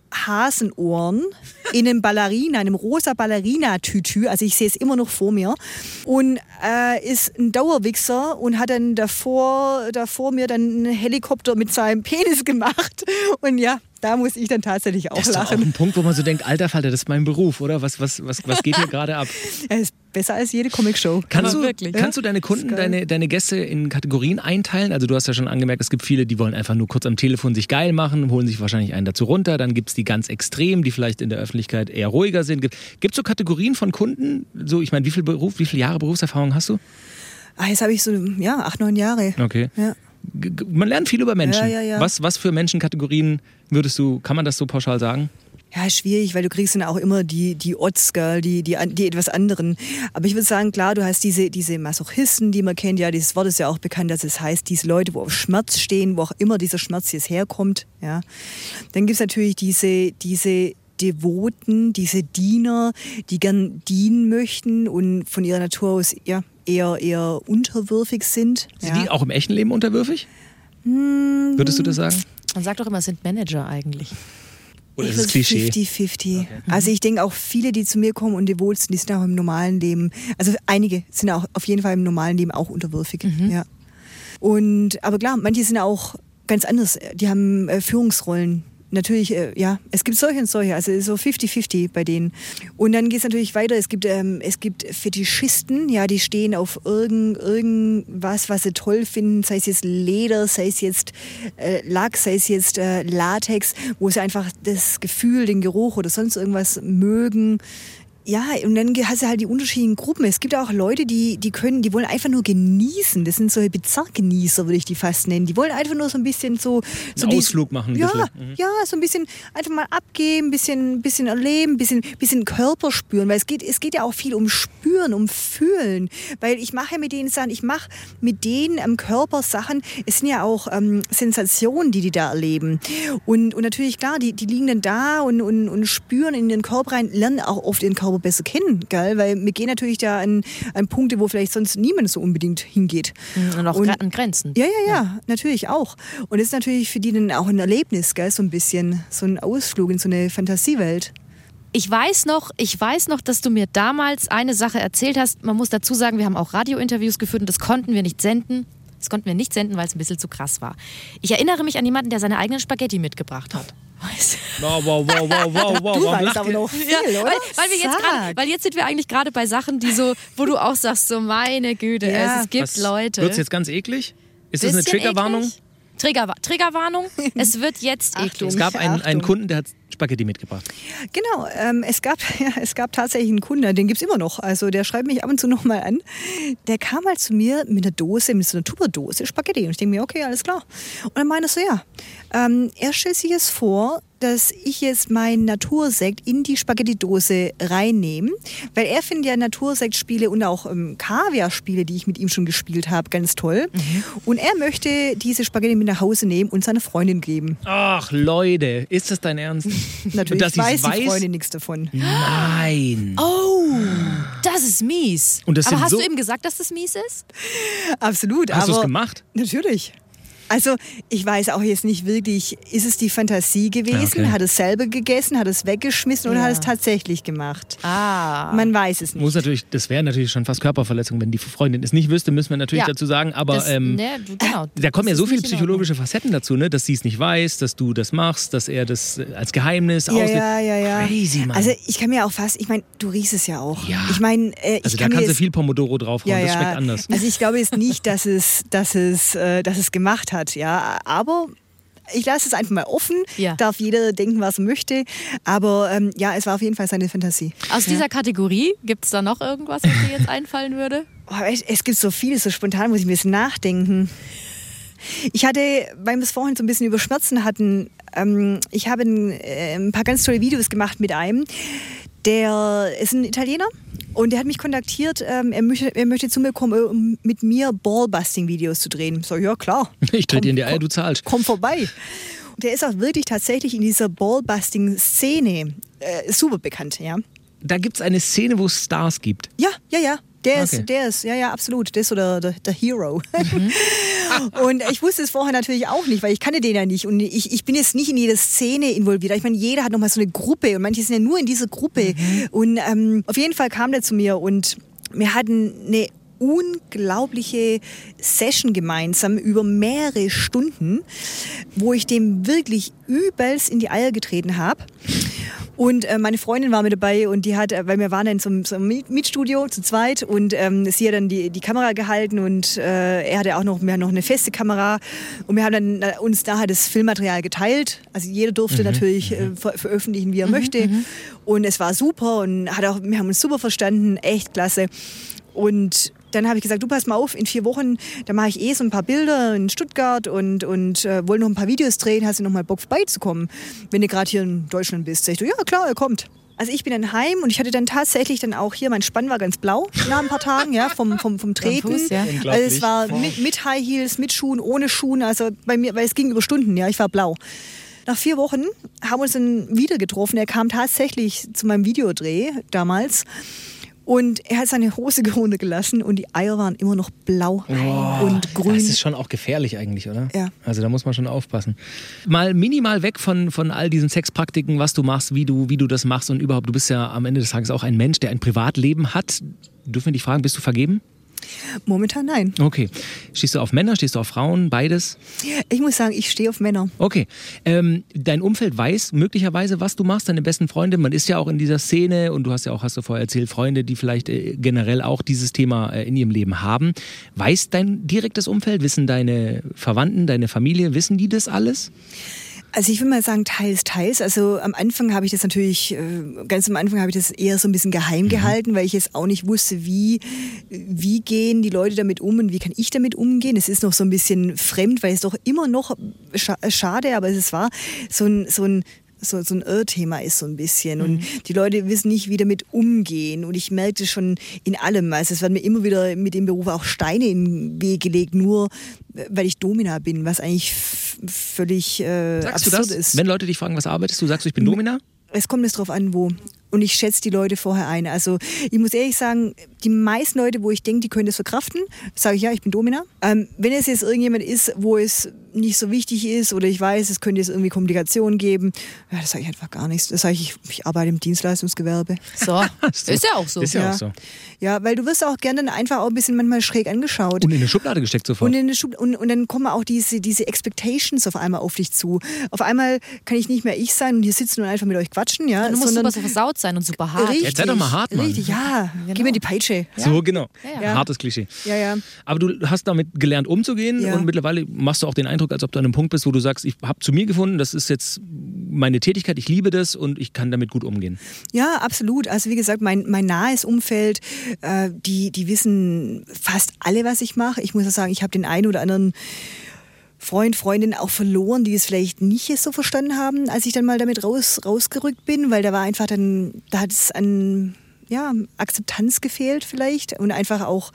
Hasenohren in einem rosa Ballerina-Tütü, also ich sehe es immer noch vor mir, und ist ein Dauerwichser und hat dann davor mir dann einen Helikopter mit seinem Penis gemacht und ja, da muss ich dann tatsächlich auch lachen. Das ist doch auch ein Punkt, wo man so denkt, alter Falter, das ist mein Beruf, oder? Was geht hier gerade ab? Ja, ist besser als jede Comic-Show. Kannst du deine Kunden, deine Gäste in Kategorien einteilen? Also du hast ja schon angemerkt, es gibt viele, die wollen einfach nur kurz am Telefon sich geil machen, holen sich wahrscheinlich einen dazu runter. Dann gibt es die ganz Extremen, die vielleicht in der Öffentlichkeit eher ruhiger sind. Gibt es so Kategorien von Kunden? So, ich meine, wie viele Jahre Berufserfahrung hast du? Jetzt habe ich so, 8, 9 Jahre. Okay. Ja. Man lernt viel über Menschen. Ja. Was für Menschenkategorien kann man das so pauschal sagen? Ja, schwierig, weil du kriegst dann auch immer die Odds, gell, die etwas anderen. Aber ich würde sagen, klar, du hast diese Masochisten, die man kennt, ja, dieses Wort ist ja auch bekannt, dass es heißt, diese Leute, wo auf Schmerz stehen, wo auch immer dieser Schmerz jetzt herkommt, ja. Dann gibt es natürlich diese Devoten, diese Diener, die gern dienen möchten und von ihrer Natur aus eher unterwürfig sind. Sind die auch im echten Leben unterwürfig? Würdest du das sagen? Man sagt doch immer, es sind Manager eigentlich. Oder ist es Klischee? 50-50. Okay. Also ich denke auch viele, die zu mir kommen und devot sind, die sind auch im normalen Leben, also einige sind auch auf jeden Fall im normalen Leben auch unterwürfig. Ja. Aber klar, manche sind auch ganz anders. Die haben Führungsrollen. Natürlich, es gibt solche und solche, also so 50-50 bei denen. Und dann geht es natürlich weiter, es gibt Fetischisten, ja, die stehen auf irgendwas, was sie toll finden, sei es jetzt Leder, sei es jetzt Lack, sei es jetzt Latex, wo sie einfach das Gefühl, den Geruch oder sonst irgendwas mögen. Ja, und dann hast du halt die unterschiedlichen Gruppen. Es gibt auch Leute, die wollen einfach nur genießen. Das sind solche Bizarrgenießer, würde ich die fast nennen. Die wollen einfach nur so ein bisschen so einen Ausflug machen. Ja, so ein bisschen einfach mal abgeben, ein bisschen erleben, ein bisschen Körper spüren. Weil es geht ja auch viel um Spüren, um Fühlen. Weil ich mache ja mit denen Sachen, ich mache mit denen am Körper Sachen. Es sind ja auch Sensationen, die da erleben. Und natürlich, klar, die liegen dann da und spüren in den Körper rein, lernen auch oft den Körper besser kennen, gell? Weil wir gehen natürlich da an Punkte, wo vielleicht sonst niemand so unbedingt hingeht. Und auch an Grenzen. Ja, natürlich auch. Und das ist natürlich für die dann auch ein Erlebnis, gell? So ein bisschen, so ein Ausflug in so eine Fantasiewelt. Ich weiß noch, dass du mir damals eine Sache erzählt hast. Man muss dazu sagen, wir haben auch Radiointerviews geführt und das konnten wir nicht senden. Weil es ein bisschen zu krass war. Ich erinnere mich an jemanden, der seine eigenen Spaghetti mitgebracht hat. Wow. Du weißt aber noch viel, oder? Weil jetzt sind wir eigentlich gerade bei Sachen, die so, wo du auch sagst, so meine Güte, es gibt Leute. Wird es jetzt ganz eklig? Ist das eine Triggerwarnung? Triggerwarnung, es wird jetzt eklig. Es gab einen Kunden, der hat Spaghetti mitgebracht. Genau, es gab tatsächlich einen Kunden, den gibt es immer noch. Also der schreibt mich ab und zu noch mal an. Der kam mal zu mir mit so einer Tupperdose Spaghetti. Und ich denke mir, okay, alles klar. Und dann meinte er so, er stellt sich jetzt vor, dass ich jetzt meinen Natursekt in die Spaghetti-Dose reinnehme, weil er findet ja Natursekt-Spiele und auch Kaviar-Spiele, die ich mit ihm schon gespielt habe, ganz toll. Und er möchte diese Spaghetti mit nach Hause nehmen und seiner Freundin geben. Ach Leute, ist das dein Ernst? Natürlich weiß die Freundin nichts davon. Nein. Oh, das ist mies. Aber hast du eben gesagt, dass das mies ist? Absolut. Hast du es gemacht? Natürlich. Also ich weiß auch jetzt nicht wirklich, ist es die Fantasie gewesen? Okay. Hat es selber gegessen, hat es weggeschmissen oder hat es tatsächlich gemacht? Man weiß es nicht. Das wäre natürlich schon fast Körperverletzung, wenn die Freundin es nicht wüsste, müssen wir natürlich dazu sagen. Aber da kommen ja so viele psychologische Facetten dazu, ne? Dass sie es nicht weiß, dass du das machst, dass er das als Geheimnis auslegt. Ja. Crazy, Mann. Also ich kann mir auch fast, ich meine, du riechst es ja auch. Ja. Ich meine, da kannst du viel Pomodoro draufhauen, das schmeckt anders. Also ich glaube jetzt nicht, dass es gemacht hat. Ja, aber ich lasse es einfach mal offen, darf jeder denken, was er möchte, aber es war auf jeden Fall seine Fantasie. Aus dieser Kategorie, gibt es da noch irgendwas, was dir jetzt einfallen würde? Es gibt so viel, so spontan muss ich ein bisschen nachdenken. Ich hatte, weil wir es vorhin so ein bisschen über Schmerzen hatten, ich habe ein paar ganz tolle Videos gemacht mit einem, der ist ein Italiener. Und der hat mich kontaktiert, er möchte zu mir kommen, um mit mir Ballbusting-Videos zu drehen. So, ja klar. Ich trete dir in die Eier, du zahlst. Komm vorbei. Und der ist auch wirklich tatsächlich in dieser Ballbusting-Szene super bekannt, ja. Da gibt es eine Szene, wo es Stars gibt. Ja. Der ist, absolut. Der ist so der Hero. Und ich wusste es vorher natürlich auch nicht, weil ich kannte den ja nicht. Und ich bin jetzt nicht in jede Szene involviert. Ich meine, jeder hat nochmal so eine Gruppe und manche sind ja nur in dieser Gruppe. Und auf jeden Fall kam der zu mir und wir hatten eine unglaubliche Session gemeinsam über mehrere Stunden, wo ich dem wirklich übelst in die Eier getreten habe. Und meine Freundin war mit dabei und die hat, weil wir waren dann zum Mietstudio zu zweit und sie hat dann die Kamera gehalten und er hatte auch noch eine feste Kamera und wir haben dann uns nachher das Filmmaterial geteilt. Also jeder durfte natürlich veröffentlichen, wie er möchte. Und es war super und wir haben uns super verstanden, echt klasse. Und dann habe ich gesagt, du pass mal auf, in 4 Wochen, da mache ich so ein paar Bilder in Stuttgart und wollte noch ein paar Videos drehen, hast du noch mal Bock vorbeizukommen, wenn du gerade hier in Deutschland bist. Sag ich, ja klar, er kommt. Also ich bin dann heim und ich hatte dann tatsächlich dann auch hier, mein Spann war ganz blau nach ein paar Tagen, vom Treten. Fuß, ja. Also es war mit High Heels, mit Schuhen, ohne Schuhen, also bei mir, weil es ging über Stunden, ja, ich war blau. Nach 4 Wochen haben wir uns dann wieder getroffen. Er kam tatsächlich zu meinem Videodreh damals. Und er hat seine Hose runtergelassen und die Eier waren immer noch blau und grün. Das ist schon auch gefährlich eigentlich, oder? Ja. Also da muss man schon aufpassen. Mal minimal weg von all diesen Sexpraktiken, was du machst, wie du das machst und überhaupt. Du bist ja am Ende des Tages auch ein Mensch, der ein Privatleben hat. Dürfen wir dich fragen, bist du vergeben? Momentan nein. Okay. Stehst du auf Männer, stehst du auf Frauen, beides? Ich muss sagen, ich stehe auf Männer. Okay. Dein Umfeld weiß möglicherweise, was du machst, deine besten Freunde. Man ist ja auch in dieser Szene und du hast ja auch, hast du vorher erzählt, Freunde, die vielleicht generell auch dieses Thema in ihrem Leben haben. Weiß dein direktes Umfeld, wissen deine Verwandten, deine Familie, wissen die das alles? Also ich würde mal sagen, teils, teils. Also am Anfang habe ich das natürlich, ganz am Anfang habe ich das eher so ein bisschen geheim gehalten, weil ich jetzt auch nicht wusste, wie gehen die Leute damit um und wie kann ich damit umgehen. Es ist noch so ein bisschen fremd, weil es doch immer noch, schade, aber es war so ein Irrthema ist so ein bisschen. Und die Leute wissen nicht, wie damit umgehen. Und ich merkte schon in allem, also es werden mir immer wieder mit dem Beruf auch Steine in den Weg gelegt, nur weil ich Domina bin, was eigentlich völlig absurd ist. Wenn Leute dich fragen, was arbeitest du, sagst du, ich bin Domina? Es kommt jetzt drauf an, wo. Und ich schätze die Leute vorher ein. Also ich muss ehrlich sagen, die meisten Leute, wo ich denke, die können das verkraften, sage ich, ja, ich bin Domina. Wenn es jetzt irgendjemand ist, wo es nicht so wichtig ist oder ich weiß, es könnte jetzt irgendwie Komplikationen geben, ja, das sage ich einfach gar nichts. Das sage ich arbeite im Dienstleistungsgewerbe. So, ist ja auch so. Ist ja auch so. Ja, weil du wirst auch gerne dann einfach auch ein bisschen manchmal schräg angeschaut. Und in eine Schublade gesteckt sofort. Und dann kommen auch diese Expectations auf einmal auf dich zu. Auf einmal kann ich nicht mehr ich sein und hier sitzen und einfach mit euch quatschen. Ja, du musst super so versaut sein und super hart. Richtig, Jetzt sei doch mal hart, Mann. Richtig, ja. Genau. Gib mir die Peitsche. So, genau. Ja. Hartes Klischee. Ja. Aber du hast damit gelernt umzugehen und mittlerweile machst du auch den Eindruck, als ob du an einem Punkt bist, wo du sagst, ich habe zu mir gefunden, das ist jetzt meine Tätigkeit, ich liebe das und ich kann damit gut umgehen. Ja, absolut. Also wie gesagt, mein nahes Umfeld, die wissen fast alle, was ich mache. Ich muss auch sagen, ich habe den einen oder anderen Freund, Freundin auch verloren, die es vielleicht nicht so verstanden haben, als ich dann mal damit rausgerückt bin, weil da war einfach dann, da hat es an Akzeptanz gefehlt vielleicht und einfach auch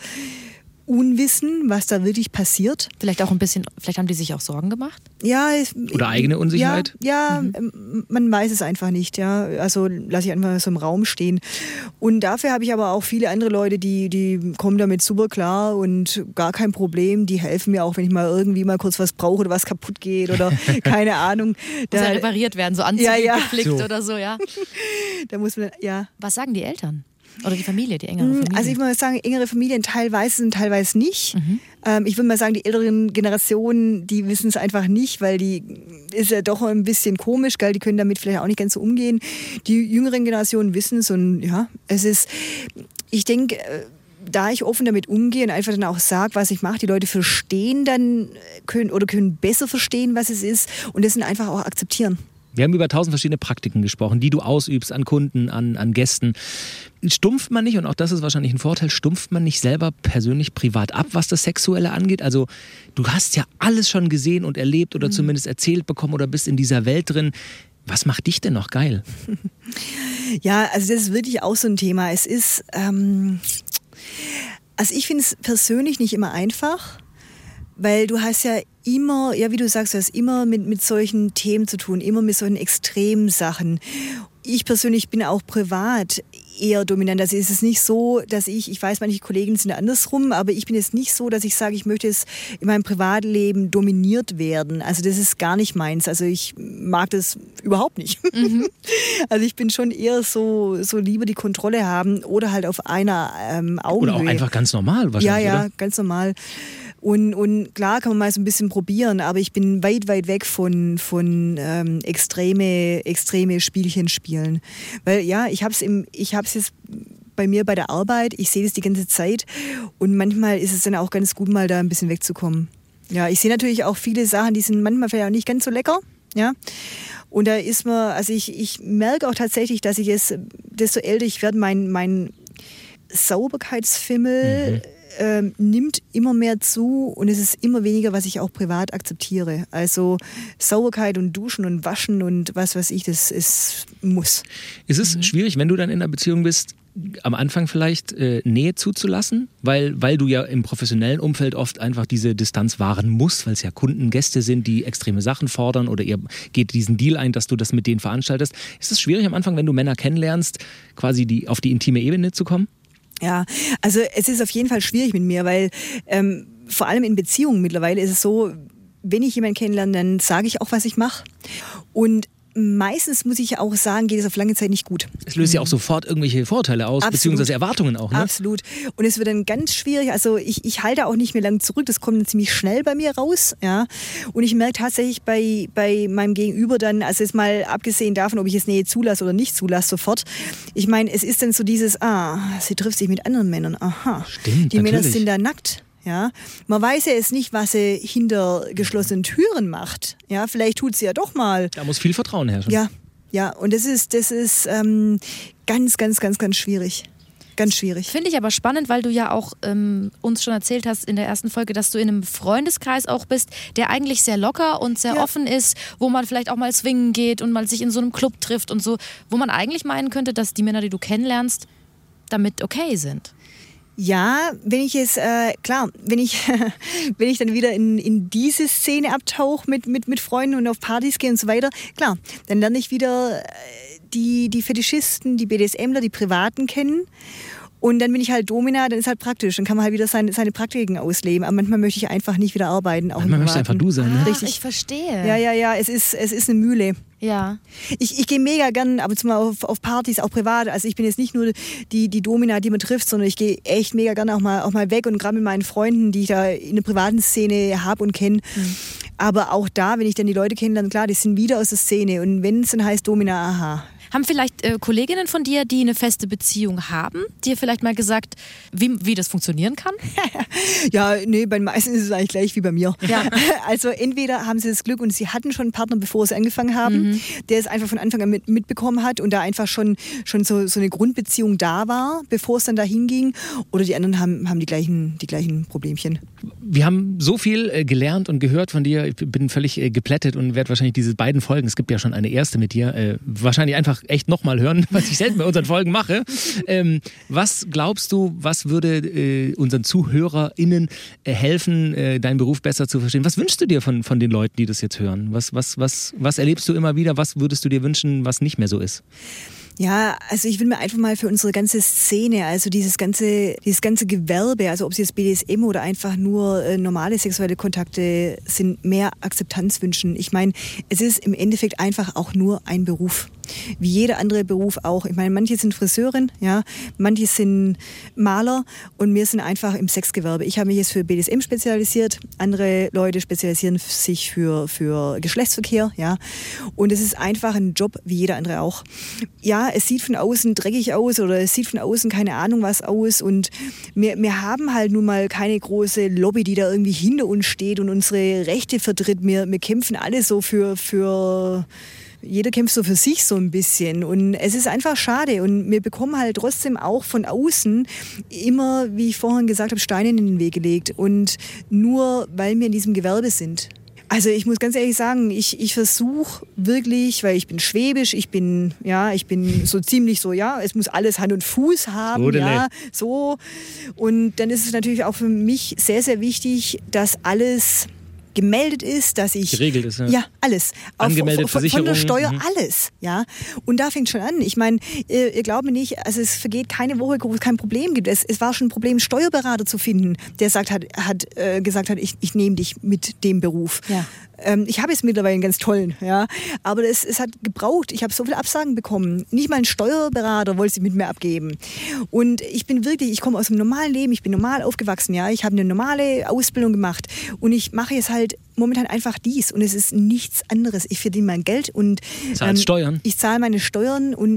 Unwissen, was da wirklich passiert. Vielleicht auch ein bisschen, vielleicht haben die sich auch Sorgen gemacht? Ja. Oder eigene Unsicherheit? Ja, man weiß es einfach nicht. Ja. Also lasse ich einfach so im Raum stehen. Und dafür habe ich aber auch viele andere Leute, die kommen damit super klar und gar kein Problem. Die helfen mir auch, wenn ich mal irgendwie mal kurz was brauche oder was kaputt geht oder keine Ahnung. Muss ja repariert werden, so Anzüge geflickt so. oder so, ja. Da muss man, Was sagen die Eltern? Oder die Familie, die engere Familie? Also ich würde mal sagen, engere Familien teilweise und teilweise nicht. Ich würde mal sagen, die älteren Generationen, die wissen es einfach nicht, weil die ist ja doch ein bisschen komisch, gell? Die können damit vielleicht auch nicht ganz so umgehen. Die jüngeren Generationen wissen es und ja, es ist, ich denke, da ich offen damit umgehe und einfach dann auch sage, was ich mache, die Leute verstehen dann, können besser verstehen, was es ist und das dann einfach auch akzeptieren. Wir haben über 1000 verschiedene Praktiken gesprochen, die du ausübst an Kunden, an Gästen. Stumpft man nicht, und auch das ist wahrscheinlich ein Vorteil, stumpft man nicht selber persönlich privat ab, was das Sexuelle angeht? Also du hast ja alles schon gesehen und erlebt oder zumindest erzählt bekommen oder bist in dieser Welt drin. Was macht dich denn noch geil? Ja, also das ist wirklich auch so ein Thema. Es ist, also ich finde es persönlich nicht immer einfach. Weil du hast ja immer, ja wie du sagst, du hast immer mit solchen Themen zu tun, immer mit solchen extremen Sachen. Ich persönlich bin auch privat eher dominant. Also ist es nicht so, dass ich weiß, manche Kollegen sind andersrum, aber ich bin jetzt nicht so, dass ich sage, ich möchte jetzt in meinem Privatleben dominiert werden. Also das ist gar nicht meins. Also ich mag das überhaupt nicht. Also ich bin schon eher so lieber die Kontrolle haben oder halt auf einer Augenhöhe. Oder auch einfach ganz normal wahrscheinlich, Ja, oder? ganz normal. Und klar kann man mal so ein bisschen probieren, aber ich bin weit weg von extreme Spielchen spielen. Weil ja, ich hab's jetzt bei mir bei der Arbeit, ich sehe das die ganze Zeit und manchmal ist es dann auch ganz gut, mal da ein bisschen wegzukommen. Ja, ich sehe natürlich auch viele Sachen, die sind manchmal vielleicht auch nicht ganz so lecker, ja. Und da ist man, also ich merke auch tatsächlich, dass ich es, desto älter ich werde, mein Sauberkeitsfimmel nimmt immer mehr zu und es ist immer weniger, was ich auch privat akzeptiere. Also Sauberkeit und Duschen und Waschen und was weiß ich, das ist muss. Ist es schwierig, wenn du dann in einer Beziehung bist, am Anfang vielleicht Nähe zuzulassen? Weil du ja im professionellen Umfeld oft einfach diese Distanz wahren musst, weil es ja Kunden, Gäste sind, die extreme Sachen fordern oder ihr geht diesen Deal ein, dass du das mit denen veranstaltest. Ist es schwierig am Anfang, wenn du Männer kennenlernst, quasi auf die intime Ebene zu kommen? Ja, also es ist auf jeden Fall schwierig mit mir, weil vor allem in Beziehungen mittlerweile ist es so, wenn ich jemanden kennenlerne, dann sage ich auch, was ich mache. Und meistens, muss ich auch sagen, geht es auf lange Zeit nicht gut. Es löst ja auch sofort irgendwelche Vorurteile aus, beziehungsweise Erwartungen auch. Ne? Absolut. Und es wird dann ganz schwierig. Also ich halte auch nicht mehr lange zurück. Das kommt dann ziemlich schnell bei mir raus. Ja. Und ich merke tatsächlich bei meinem Gegenüber dann, also jetzt mal abgesehen davon, ob ich jetzt Nähe zulasse oder nicht zulasse, sofort. Ich meine, es ist dann so dieses, sie trifft sich mit anderen Männern. Aha. Stimmt, die Männer natürlich. sind da nackt. Ja, man weiß ja jetzt nicht, was sie hinter geschlossenen Türen macht. Ja, vielleicht tut sie ja doch mal. Da muss viel Vertrauen herrschen. Ja, und das ist ganz, ganz, ganz, ganz schwierig. Ganz schwierig. Finde ich aber spannend, weil du ja auch uns schon erzählt hast in der ersten Folge, dass du in einem Freundeskreis auch bist, der eigentlich sehr locker und sehr offen ist, wo man vielleicht auch mal swingen geht und mal sich in so einem Club trifft und so, wo man eigentlich meinen könnte, dass die Männer, die du kennenlernst, damit okay sind. Ja, wenn ich jetzt, klar, wenn ich dann wieder in diese Szene abtauche mit Freunden und auf Partys gehe und so weiter, klar, dann lerne ich wieder die Fetischisten, die BDSMler, die Privaten kennen. Und dann bin ich halt Domina, dann ist halt praktisch. Dann kann man halt wieder seine Praktiken ausleben. Aber manchmal möchte ich einfach nicht wieder arbeiten. Manchmal möchte einfach du sein. Ne? Richtig. Ich verstehe. Ja, es ist eine Mühle. Ja. Ich gehe mega gern ab und zu mal auf Partys, auch privat. Also ich bin jetzt nicht nur die Domina, die man trifft, sondern ich gehe echt mega gerne auch mal weg und gerade mit meinen Freunden, die ich da in der privaten Szene habe und kenne. Aber auch da, wenn ich dann die Leute kennenlerne, klar, die sind wieder aus der Szene. Und wenn es dann heißt Domina, aha. Haben vielleicht Kolleginnen von dir, die eine feste Beziehung haben, dir vielleicht mal gesagt, wie das funktionieren kann? Ja, nee, bei den meisten ist es eigentlich gleich wie bei mir. Ja. Also entweder haben sie das Glück und sie hatten schon einen Partner, bevor sie angefangen haben, der es einfach von Anfang an mitbekommen hat und da einfach schon so eine Grundbeziehung da war, bevor es dann dahin ging. Oder die anderen haben die gleichen Problemchen. Wir haben so viel gelernt und gehört von dir. Ich bin völlig geplättet und werde wahrscheinlich diese beiden Folgen, es gibt ja schon eine erste mit dir, wahrscheinlich einfach echt nochmal hören, was ich selten bei unseren Folgen mache. Was glaubst du, was würde unseren ZuhörerInnen helfen, deinen Beruf besser zu verstehen? Was wünschst du dir von den Leuten, die das jetzt hören? Was erlebst du immer wieder? Was würdest du dir wünschen, was nicht mehr so ist? Ja, also ich will mir einfach mal für unsere ganze Szene, also dieses ganze Gewerbe, also ob es jetzt BDSM oder einfach nur normale sexuelle Kontakte sind, mehr Akzeptanz wünschen. Ich meine, es ist im Endeffekt einfach auch nur ein Beruf. Wie jeder andere Beruf auch. Ich meine, manche sind Friseurin, ja, manche sind Maler und wir sind einfach im Sexgewerbe. Ich habe mich jetzt für BDSM spezialisiert, andere Leute spezialisieren sich für Geschlechtsverkehr, ja. Und es ist einfach ein Job wie jeder andere auch. Ja, es sieht von außen dreckig aus oder es sieht von außen keine Ahnung was aus und wir haben halt nun mal keine große Lobby, die da irgendwie hinter uns steht und unsere Rechte vertritt. Wir kämpfen alle so für jeder kämpft so für sich so ein bisschen und es ist einfach schade und wir bekommen halt trotzdem auch von außen immer, wie ich vorhin gesagt habe, Steine in den Weg gelegt und nur weil wir in diesem Gewerbe sind. Also ich muss ganz ehrlich sagen, ich versuche wirklich, weil ich bin schwäbisch, ich bin so ziemlich so, ja, es muss alles Hand und Fuß haben, ja, so. Und dann ist es natürlich auch für mich sehr, sehr wichtig, dass alles gemeldet ist, dass ich... Geregelt ist, ja. Ja, alles. Angemeldet, Versicherung. Von der Steuer, alles, ja. Und da fängt schon an. Ich meine, ihr glaubt mir nicht, also es vergeht keine Woche, wo es kein Problem gibt. Es war schon ein Problem, einen Steuerberater zu finden, der gesagt hat, ich nehme dich mit dem Beruf. Ja. Ich habe jetzt mittlerweile einen ganz tollen, ja. Aber es hat gebraucht. Ich habe so viele Absagen bekommen. Nicht mal ein Steuerberater wollte sich mit mir abgeben. Und ich komme aus einem normalen Leben, ich bin normal aufgewachsen, ja. Ich habe eine normale Ausbildung gemacht. Und ich mache jetzt halt momentan einfach dies. Und es ist nichts anderes. Ich verdiene mein Geld und Steuern. Ich zahle meine Steuern und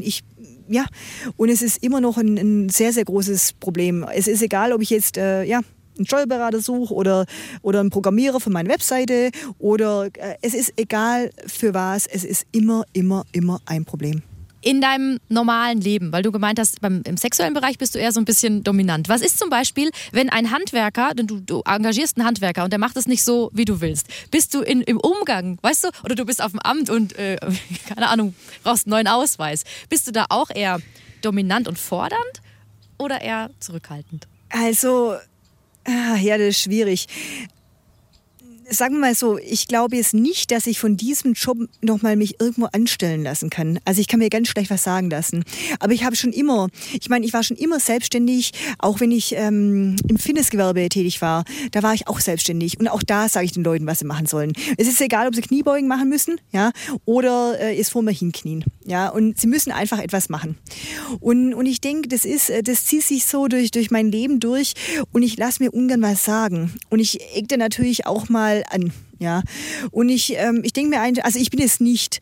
und es ist immer noch ein sehr, sehr großes Problem. Es ist egal, ob ich jetzt, einen Steuerberater suche oder einen Programmierer für meine Webseite oder es ist egal für was, es ist immer ein Problem. In deinem normalen Leben, weil du gemeint hast, im sexuellen Bereich bist du eher so ein bisschen dominant. Was ist zum Beispiel, wenn ein Handwerker, denn du engagierst einen Handwerker und der macht es nicht so, wie du willst, bist du im Umgang, weißt du, oder du bist auf dem Amt und, keine Ahnung, brauchst einen neuen Ausweis. Bist du da auch eher dominant und fordernd oder eher zurückhaltend? Also... ja, das ist schwierig. sagen wir mal so, ich glaube jetzt nicht, dass ich von diesem Job nochmal mich irgendwo anstellen lassen kann. Also ich kann mir ganz schlecht was sagen lassen. Aber ich war schon immer selbstständig, auch wenn ich im Fitnessgewerbe tätig war, da war ich auch selbstständig. Und auch da sage ich den Leuten, was sie machen sollen. Es ist egal, ob sie Kniebeugen machen müssen, ja, oder es vor mir hinknien. Ja, und sie müssen einfach etwas machen. Und ich denke, das zieht sich so durch mein Leben durch und ich lasse mir ungern was sagen. Und ich eckte natürlich auch mal an. Ja, und ich denke mir also ich bin jetzt nicht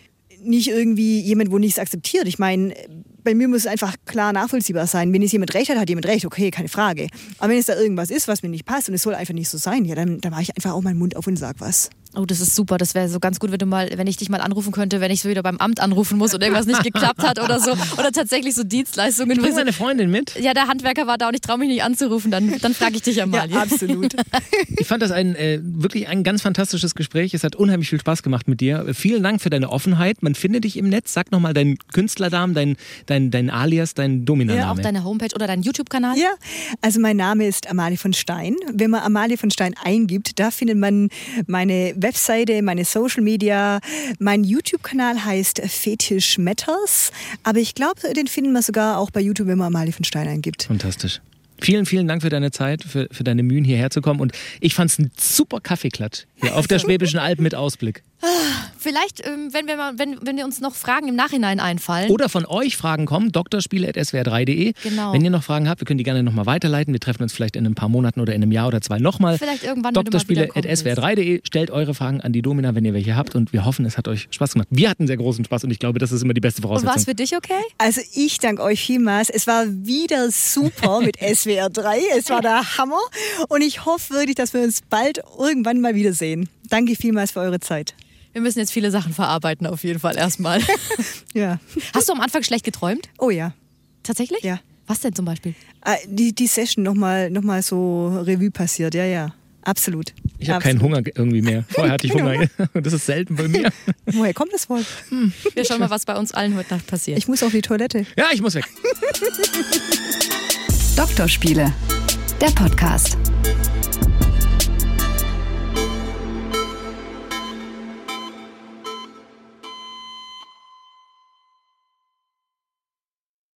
irgendwie jemand, wo nichts akzeptiert. Ich meine, bei mir muss es einfach klar nachvollziehbar sein. Wenn jetzt jemand recht hat jemand recht, okay, keine Frage. Aber wenn es da irgendwas ist, was mir nicht passt und es soll einfach nicht so sein, ja, dann mache ich einfach auch meinen Mund auf und sag was. Oh, das ist super. Das wäre so ganz gut, wenn ich dich mal anrufen könnte, wenn ich so wieder beim Amt anrufen muss und irgendwas nicht geklappt hat oder so. Oder tatsächlich so Dienstleistungen. Bring meine Freundin mit. Ja, der Handwerker war da und ich traue mich nicht anzurufen. Dann frage ich dich ja mal. Ja, absolut. Ich fand das wirklich ein ganz fantastisches Gespräch. Es hat unheimlich viel Spaß gemacht mit dir. Vielen Dank für deine Offenheit. Man findet dich im Netz. Sag nochmal deinen Künstlernamen, dein Alias, dein Dominaname. Ja, auch deine Homepage oder deinen YouTube-Kanal. Ja, also mein Name ist Amalie von Stein. Wenn man Amalie von Stein eingibt, da findet man meine Webseite, meine Social Media. Mein YouTube-Kanal heißt Fetish Matters, aber ich glaube, den finden wir sogar auch bei YouTube, wenn man Amalie von Stein eingibt. Fantastisch. Vielen, vielen Dank für deine Zeit, für deine Mühen, hierher zu kommen. Und ich fand es ein super Kaffeeklatsch hier auf der Schwäbischen Alb mit Ausblick. Vielleicht, wenn wir uns noch Fragen im Nachhinein einfallen. Oder von euch Fragen kommen, drspiele@swr3.de. Genau. Wenn ihr noch Fragen habt, wir können die gerne nochmal weiterleiten. Wir treffen uns vielleicht in ein paar Monaten oder in einem Jahr oder zwei nochmal. Vielleicht irgendwann, drspiele@swr3.de. Stellt eure Fragen an die Domina, wenn ihr welche habt. Und wir hoffen, es hat euch Spaß gemacht. Wir hatten sehr großen Spaß und ich glaube, das ist immer die beste Voraussetzung. Und war es für dich okay? Also ich danke euch vielmals. Es war wieder super mit SWR3. Es war der Hammer. Und ich hoffe wirklich, dass wir uns bald irgendwann mal wiedersehen. Danke vielmals für eure Zeit. Wir müssen jetzt viele Sachen verarbeiten, auf jeden Fall erstmal. Ja. Hast du am Anfang schlecht geträumt? Oh ja. Tatsächlich? Ja. Was denn zum Beispiel? Die Session nochmal so Revue passiert, ja. Absolut. Ich habe keinen Hunger irgendwie mehr. Vorher hatte ich Hunger. Das ist selten bei mir. Woher kommt das wohl? Wir schauen mal, was bei uns allen heute Nacht passiert. Ich muss auf die Toilette. Ja, ich muss weg. Doktorspiele, der Podcast.